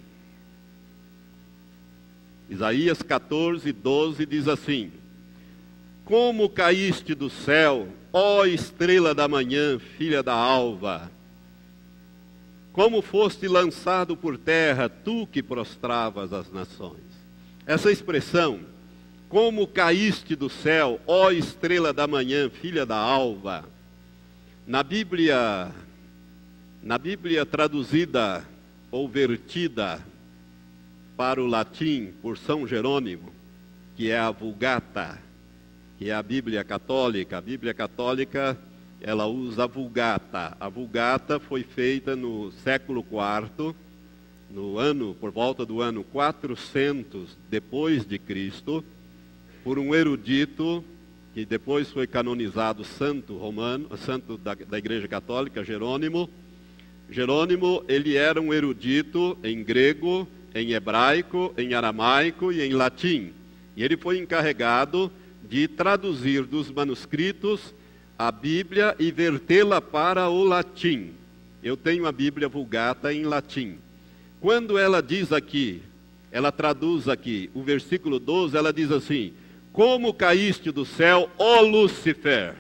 Isaías quatorze, doze diz assim: Como caíste do céu, ó estrela da manhã, filha da alva! Como foste lançado por terra, tu que prostravas as nações. Essa expressão, como caíste do céu, ó estrela da manhã, filha da alva, na Bíblia, na Bíblia traduzida ou vertida para o latim por São Jerônimo, que é a Vulgata, que é a Bíblia católica. A Bíblia católica, ela usa a Vulgata. A Vulgata foi feita no século quarto, no ano, por volta do ano quatrocentos depois de Cristo, por um erudito que depois foi canonizado santo romano, santo da, da Igreja Católica, Jerônimo. Jerônimo, ele era um erudito em grego, em hebraico, em aramaico e em latim. E ele foi encarregado de traduzir dos manuscritos a Bíblia e vertê-la para o latim. Eu tenho a Bíblia Vulgata em latim. Quando ela diz aqui, ela traduz aqui, o versículo doze, ela diz assim: Como caíste do céu, ó Lúcifer!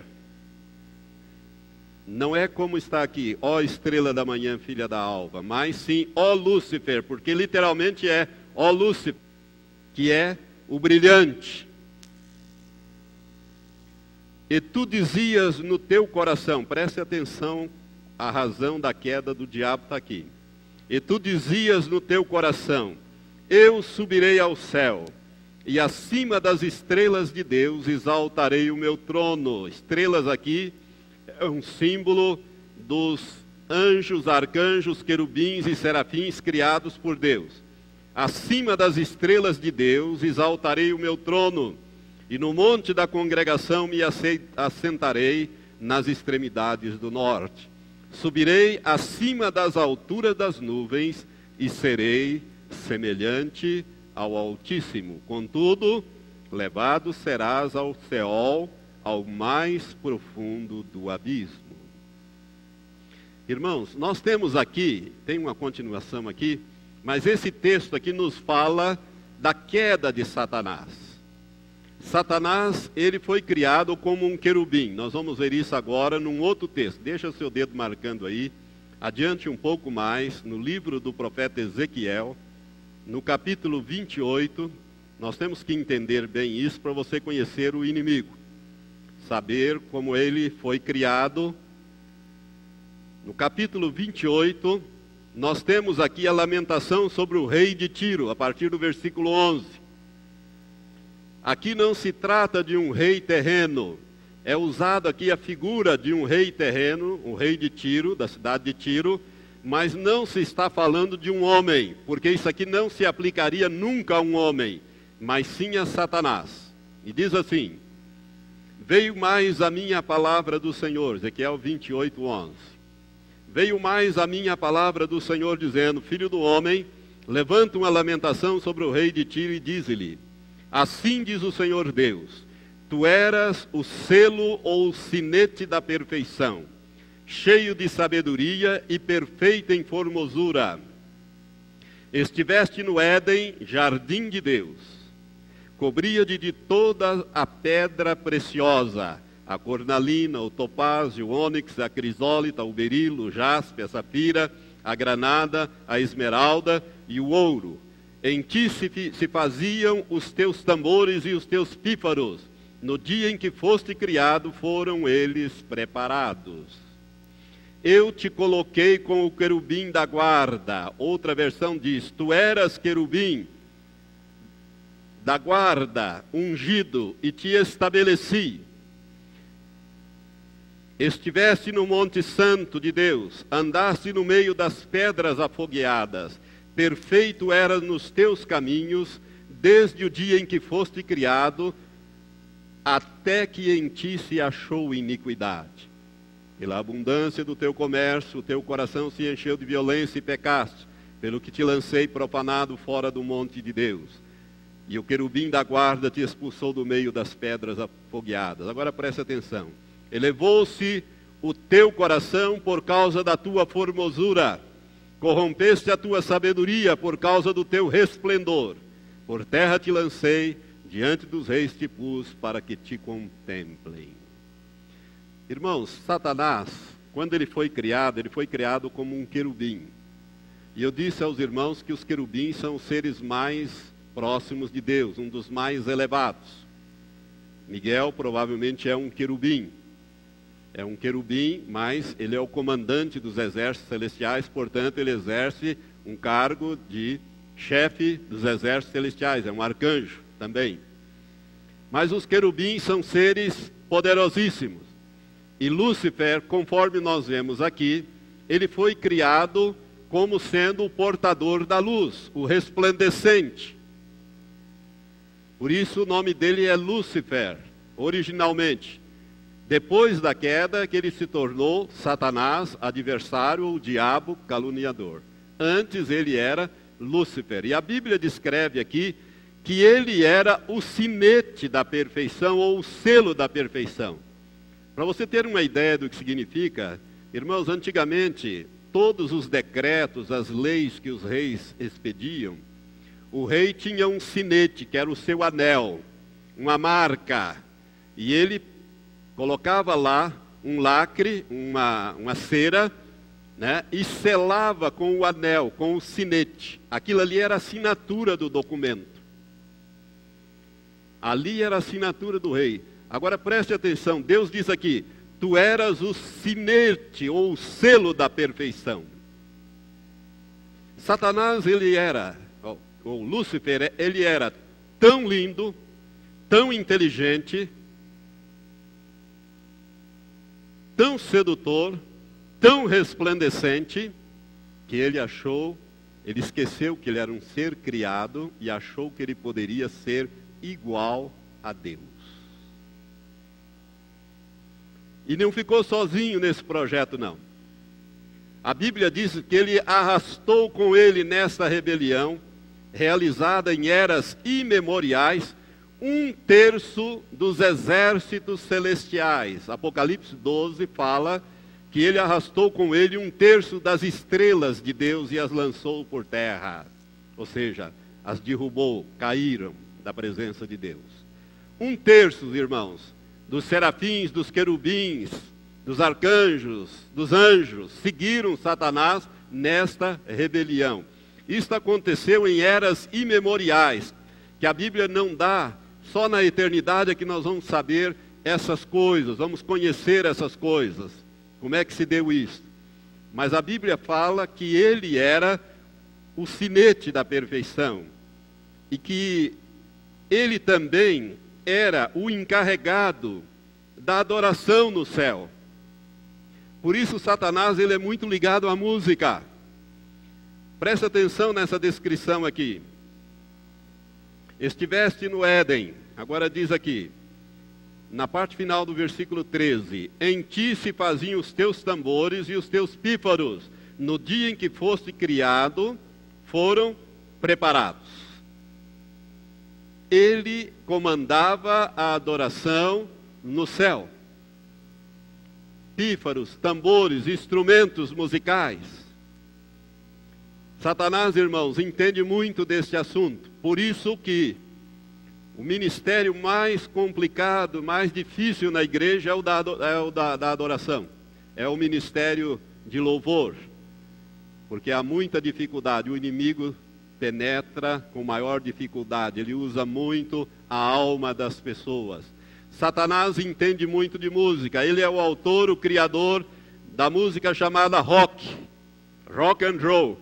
Não é como está aqui, ó estrela da manhã, filha da alva, mas sim, ó Lúcifer, porque literalmente é ó Lúcifer, que é o brilhante. E tu dizias no teu coração, preste atenção, a razão da queda do diabo está aqui. E tu dizias no teu coração: Eu subirei ao céu, e acima das estrelas de Deus exaltarei o meu trono. Estrelas aqui é um símbolo dos anjos, arcanjos, querubins e serafins criados por Deus. Acima das estrelas de Deus exaltarei o meu trono, e no monte da congregação me assentarei nas extremidades do norte. Subirei acima das alturas das nuvens e serei semelhante ao Altíssimo. Contudo, levado serás ao Seol, ao mais profundo do abismo. Irmãos, nós temos aqui, tem uma continuação aqui, mas esse texto aqui nos fala da queda de Satanás. Satanás, ele foi criado como um querubim. Nós vamos ver isso agora num outro texto. Deixa o seu dedo marcando aí. Adiante um pouco mais, no livro do profeta Ezequiel, no capítulo vinte e oito, nós temos que entender bem isso para você conhecer o inimigo. Saber como ele foi criado. No capítulo vinte e oito, nós temos aqui a lamentação sobre o rei de Tiro, a partir do versículo onze. Aqui não se trata de um rei terreno, é usado aqui a figura de um rei terreno, o rei de Tiro, da cidade de Tiro, mas não se está falando de um homem, porque isso aqui não se aplicaria nunca a um homem, mas sim a Satanás. E diz assim: Veio mais a minha palavra do Senhor, Ezequiel vinte e oito, onze. Veio mais a minha palavra do Senhor, dizendo: Filho do homem, levanta uma lamentação sobre o rei de Tiro e dize-lhe: Assim diz o Senhor Deus: Tu eras o selo ou o sinete da perfeição, cheio de sabedoria e perfeito em formosura. Estiveste no Éden, jardim de Deus. Cobria-te de toda a pedra preciosa, a cornalina, o topázio, o ônix, a crisólita, o berilo, o jaspe, a safira, a granada, a esmeralda e o ouro. Em ti se, se faziam os teus tambores e os teus pífaros. No dia em que foste criado, foram eles preparados. Eu te coloquei com o querubim da guarda. Outra versão diz: Tu eras querubim da guarda, ungido, e te estabeleci. Estiveste no monte santo de Deus, andaste no meio das pedras afogueadas. Perfeito eras nos teus caminhos, desde o dia em que foste criado, até que em ti se achou iniquidade. Pela abundância do teu comércio, o teu coração se encheu de violência e pecaste, pelo que te lancei profanado fora do monte de Deus. E o querubim da guarda te expulsou do meio das pedras afogueadas. Agora preste atenção. Elevou-se o teu coração por causa da tua formosura. Corrompeste a tua sabedoria por causa do teu resplendor. Por terra te lancei, diante dos reis te pus, para que te contemplem. Irmãos, Satanás, quando ele foi criado, ele foi criado como um querubim. E eu disse aos irmãos que os querubins são os seres mais próximos de Deus, um dos mais elevados. Miguel provavelmente é um querubim. É um querubim, mas ele é o comandante dos exércitos celestiais, portanto ele exerce um cargo de chefe dos exércitos celestiais, é um arcanjo também. Mas os querubins são seres poderosíssimos. E Lúcifer, conforme nós vemos aqui, ele foi criado como sendo o portador da luz, o resplandecente. Por isso o nome dele é Lúcifer, originalmente. Depois da queda que ele se tornou Satanás, adversário, o diabo, caluniador. Antes ele era Lúcifer. E a Bíblia descreve aqui que ele era o sinete da perfeição, ou o selo da perfeição. Para você ter uma ideia do que significa, irmãos, antigamente, todos os decretos, as leis que os reis expediam, o rei tinha um sinete, que era o seu anel, uma marca, e ele colocava lá um lacre, uma, uma cera, né, e selava com o anel, com o sinete. Aquilo ali era a assinatura do documento. Ali era a assinatura do rei. Agora preste atenção, Deus diz aqui, tu eras o sinete ou o selo da perfeição. Satanás, ele era, ou Lúcifer, ele era tão lindo, tão inteligente, tão sedutor, tão resplandecente, que ele achou, ele esqueceu que ele era um ser criado e achou que ele poderia ser igual a Deus. E não ficou sozinho nesse projeto, não. A Bíblia diz que ele arrastou com ele nessa rebelião, realizada em eras imemoriais, um terço dos exércitos celestiais. Apocalipse doze fala que ele arrastou com ele um terço das estrelas de Deus e as lançou por terra. Ou seja, as derrubou, caíram da presença de Deus. Um terço, irmãos, dos serafins, dos querubins, dos arcanjos, dos anjos, seguiram Satanás nesta rebelião. Isto aconteceu em eras imemoriais, que a Bíblia não dá, só na eternidade é que nós vamos saber essas coisas, vamos conhecer essas coisas. Como é que se deu isso? Mas a Bíblia fala que ele era o sinete da perfeição, e que ele também era o encarregado da adoração no céu. Por isso Satanás, ele é muito ligado à música. Presta atenção nessa descrição aqui. Estiveste no Éden, agora diz aqui, na parte final do versículo treze, em ti se faziam os teus tambores e os teus pífaros, no dia em que foste criado, foram preparados. Ele comandava a adoração no céu. Pífaros, tambores, instrumentos musicais. Satanás, irmãos, entende muito desse assunto. Por isso que o ministério mais complicado, mais difícil na igreja é o da, é o da, da adoração. É o ministério de louvor. Porque há muita dificuldade. O inimigo penetra com maior dificuldade. Ele usa muito a alma das pessoas. Satanás entende muito de música. Ele é o autor, o criador da música chamada rock. Rock and roll.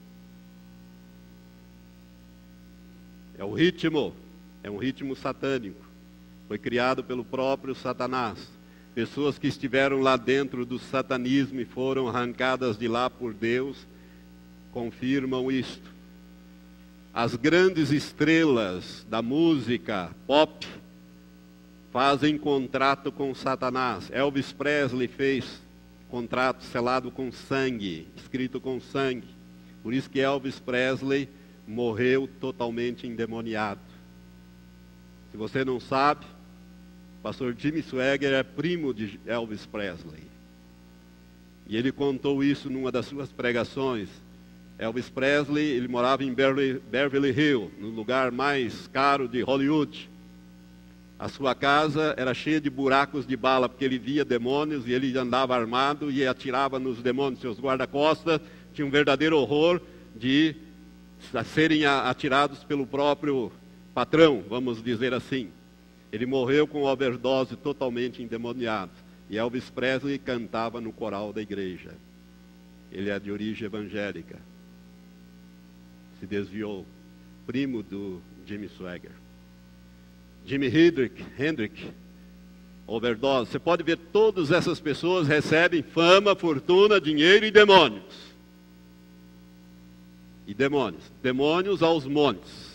É o ritmo. É um ritmo satânico. Foi criado pelo próprio Satanás. Pessoas que estiveram lá dentro do satanismo e foram arrancadas de lá por Deus, confirmam isto. As grandes estrelas da música pop fazem contrato com Satanás. Elvis Presley fez contrato selado com sangue, escrito com sangue. Por isso que Elvis Presley morreu totalmente endemoniado. Se você não sabe, o pastor Jimmy Swaggart é primo de Elvis Presley. E ele contou isso numa das suas pregações. Elvis Presley, ele morava em Beverly, Beverly Hills, no lugar mais caro de Hollywood. A sua casa era cheia de buracos de bala, porque ele via demônios e ele andava armado e atirava nos demônios. Seus guarda-costas tinham um verdadeiro horror de serem atirados pelo próprio patrão, vamos dizer assim. Ele morreu com overdose, totalmente endemoniado. E Elvis Presley cantava no coral da igreja. Ele é de origem evangélica. Se desviou. Primo do Jimmy Swaggart. Jimi Hendrix, Hendrix, overdose. Você pode ver, todas essas pessoas recebem fama, fortuna, dinheiro e demônios. E demônios. Demônios aos montes.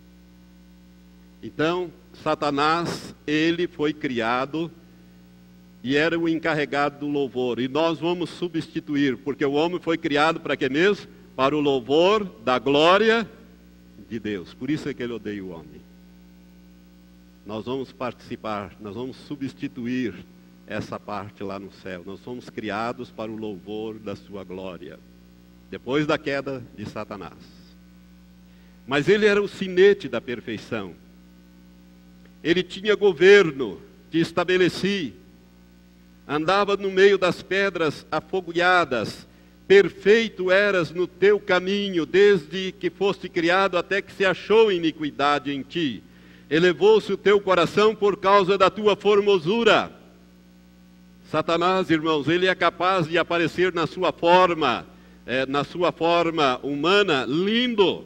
Então, Satanás, ele foi criado e era o encarregado do louvor. E nós vamos substituir, porque o homem foi criado para quê mesmo? Para o louvor da glória de Deus. Por isso é que ele odeia o homem. Nós vamos participar, nós vamos substituir essa parte lá no céu. Nós somos criados para o louvor da sua glória, depois da queda de Satanás. Mas ele era o sinete da perfeição. Ele tinha governo, te estabeleci. Andava no meio das pedras afogueadas. Perfeito eras no teu caminho, desde que foste criado até que se achou iniquidade em ti. Elevou-se o teu coração por causa da tua formosura. Satanás, irmãos, ele é capaz de aparecer na sua forma, é, na sua forma humana, lindo.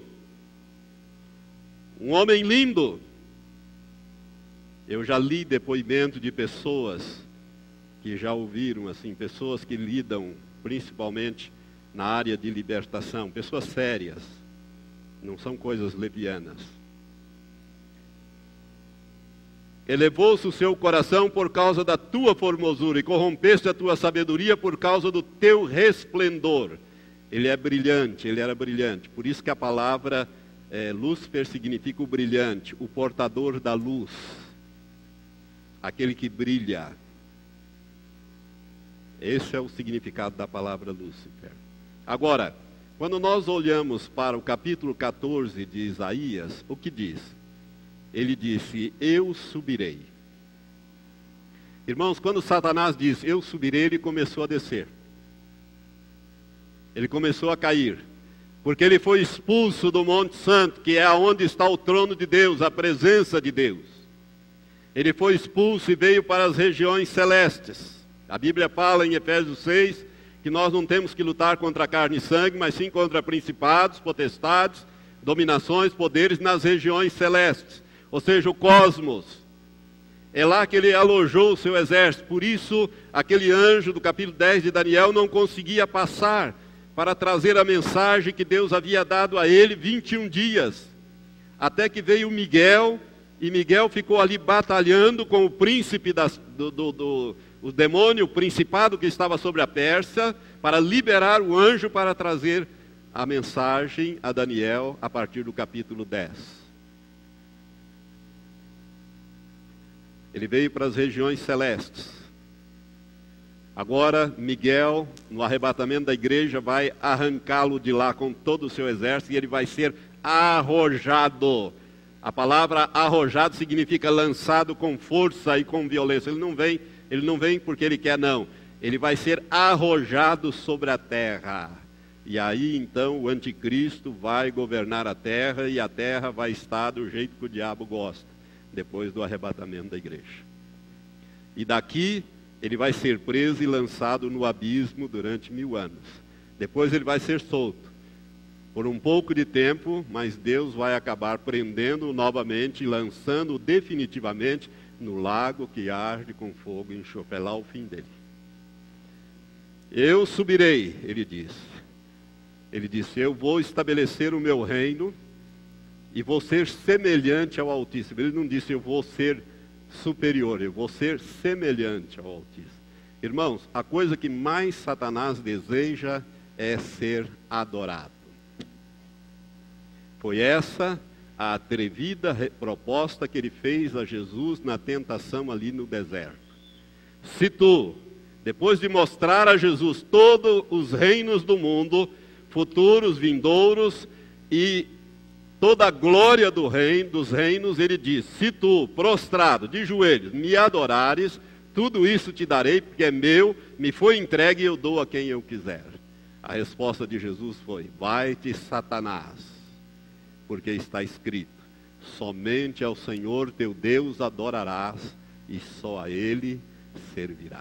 Um homem lindo. Eu já li depoimento de pessoas que já ouviram, assim, pessoas que lidam principalmente na área de libertação, pessoas sérias, não são coisas levianas. Elevou-se o seu coração por causa da tua formosura, e corrompeste a tua sabedoria por causa do teu resplendor. Ele é brilhante, ele era brilhante. Por isso que a palavra é, Lúcifer significa o brilhante, o portador da luz. Aquele que brilha. Esse é o significado da palavra Lúcifer. Agora, quando nós olhamos para o capítulo catorze de Isaías, o que diz? Ele disse, eu subirei. Irmãos, quando Satanás diz, eu subirei, ele começou a descer. Ele começou a cair. Porque ele foi expulso do Monte Santo, que é onde está o trono de Deus, a presença de Deus. Ele foi expulso e veio para as regiões celestes. A Bíblia fala em Efésios seis, que nós não temos que lutar contra carne e sangue, mas sim contra principados, potestades, dominações, poderes nas regiões celestes. Ou seja, o cosmos. É lá que ele alojou o seu exército. Por isso, aquele anjo do capítulo dez de Daniel não conseguia passar para trazer a mensagem que Deus havia dado a ele vinte e um dias. Até que veio Miguel, e Miguel ficou ali batalhando com o príncipe das, do, do, do o demônio, o principado que estava sobre a Pérsia, para liberar o anjo para trazer a mensagem a Daniel a partir do capítulo dez. Ele veio para as regiões celestes. Agora, Miguel, no arrebatamento da igreja, vai arrancá-lo de lá com todo o seu exército e ele vai ser arrojado. A palavra arrojado significa lançado com força e com violência. Ele não vem, ele não vem porque ele quer, não. Ele vai ser arrojado sobre a terra. E aí, então, o anticristo vai governar a terra e a terra vai estar do jeito que o diabo gosta, depois do arrebatamento da igreja. E daqui, ele vai ser preso e lançado no abismo durante mil anos. Depois ele vai ser solto. Por um pouco de tempo, mas Deus vai acabar prendendo-o novamente e lançando-o definitivamente no lago que arde com fogo e enxofre. É lá o fim dele. Eu subirei, ele disse. Ele disse, eu vou estabelecer o meu reino e vou ser semelhante ao Altíssimo. Ele não disse, eu vou ser superior, eu vou ser semelhante ao Altíssimo. Irmãos, a coisa que mais Satanás deseja é ser adorado. Foi essa a atrevida proposta que ele fez a Jesus na tentação ali no deserto. Se tu, depois de mostrar a Jesus todos os reinos do mundo, futuros, vindouros, e toda a glória do reino, dos reinos, ele diz, se tu, prostrado, de joelhos, me adorares, tudo isso te darei, porque é meu, me foi entregue e eu dou a quem eu quiser. A resposta de Jesus foi, vai-te, Satanás, porque está escrito, somente ao Senhor teu Deus adorarás, e só a Ele servirás.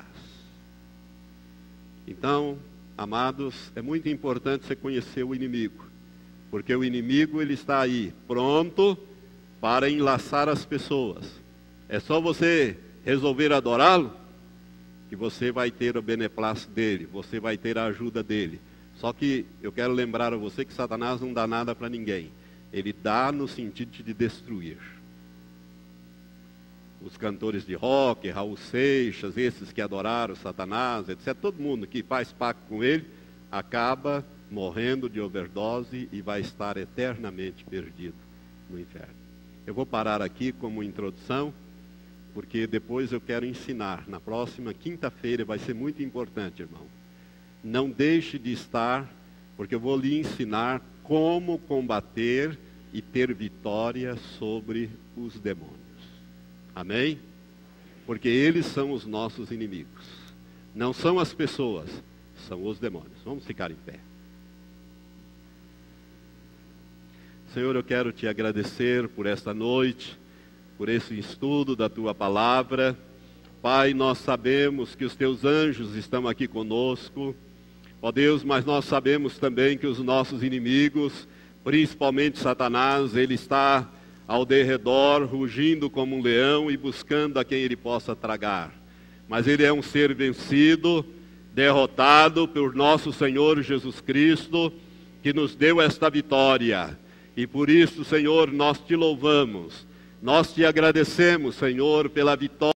Então, amados, é muito importante você conhecer o inimigo, porque o inimigo ele está aí, pronto para enlaçar as pessoas. É só você resolver adorá-lo, que você vai ter o beneplácito dele, você vai ter a ajuda dele. Só que eu quero lembrar a você que Satanás não dá nada para ninguém. Ele dá no sentido de destruir. Os cantores de rock, Raul Seixas, esses que adoraram Satanás, etcétera, todo mundo que faz pacto com ele, acaba morrendo de overdose e vai estar eternamente perdido no inferno. Eu vou parar aqui como introdução, porque depois eu quero ensinar. Na próxima quinta-feira vai ser muito importante, irmão. Não deixe de estar, porque eu vou lhe ensinar como combater e ter vitória sobre os demônios. Amém? Porque eles são os nossos inimigos. Não são as pessoas, são os demônios. Vamos ficar em pé. Senhor, eu quero te agradecer por esta noite, por esse estudo da tua palavra. Pai, nós sabemos que os teus anjos estão aqui conosco. Ó Deus, mas nós sabemos também que os nossos inimigos, principalmente Satanás, ele está ao derredor, rugindo como um leão e buscando a quem ele possa tragar. Mas ele é um ser vencido, derrotado por nosso Senhor Jesus Cristo, que nos deu esta vitória. E por isso, Senhor, nós te louvamos. Nós te agradecemos, Senhor, pela vitória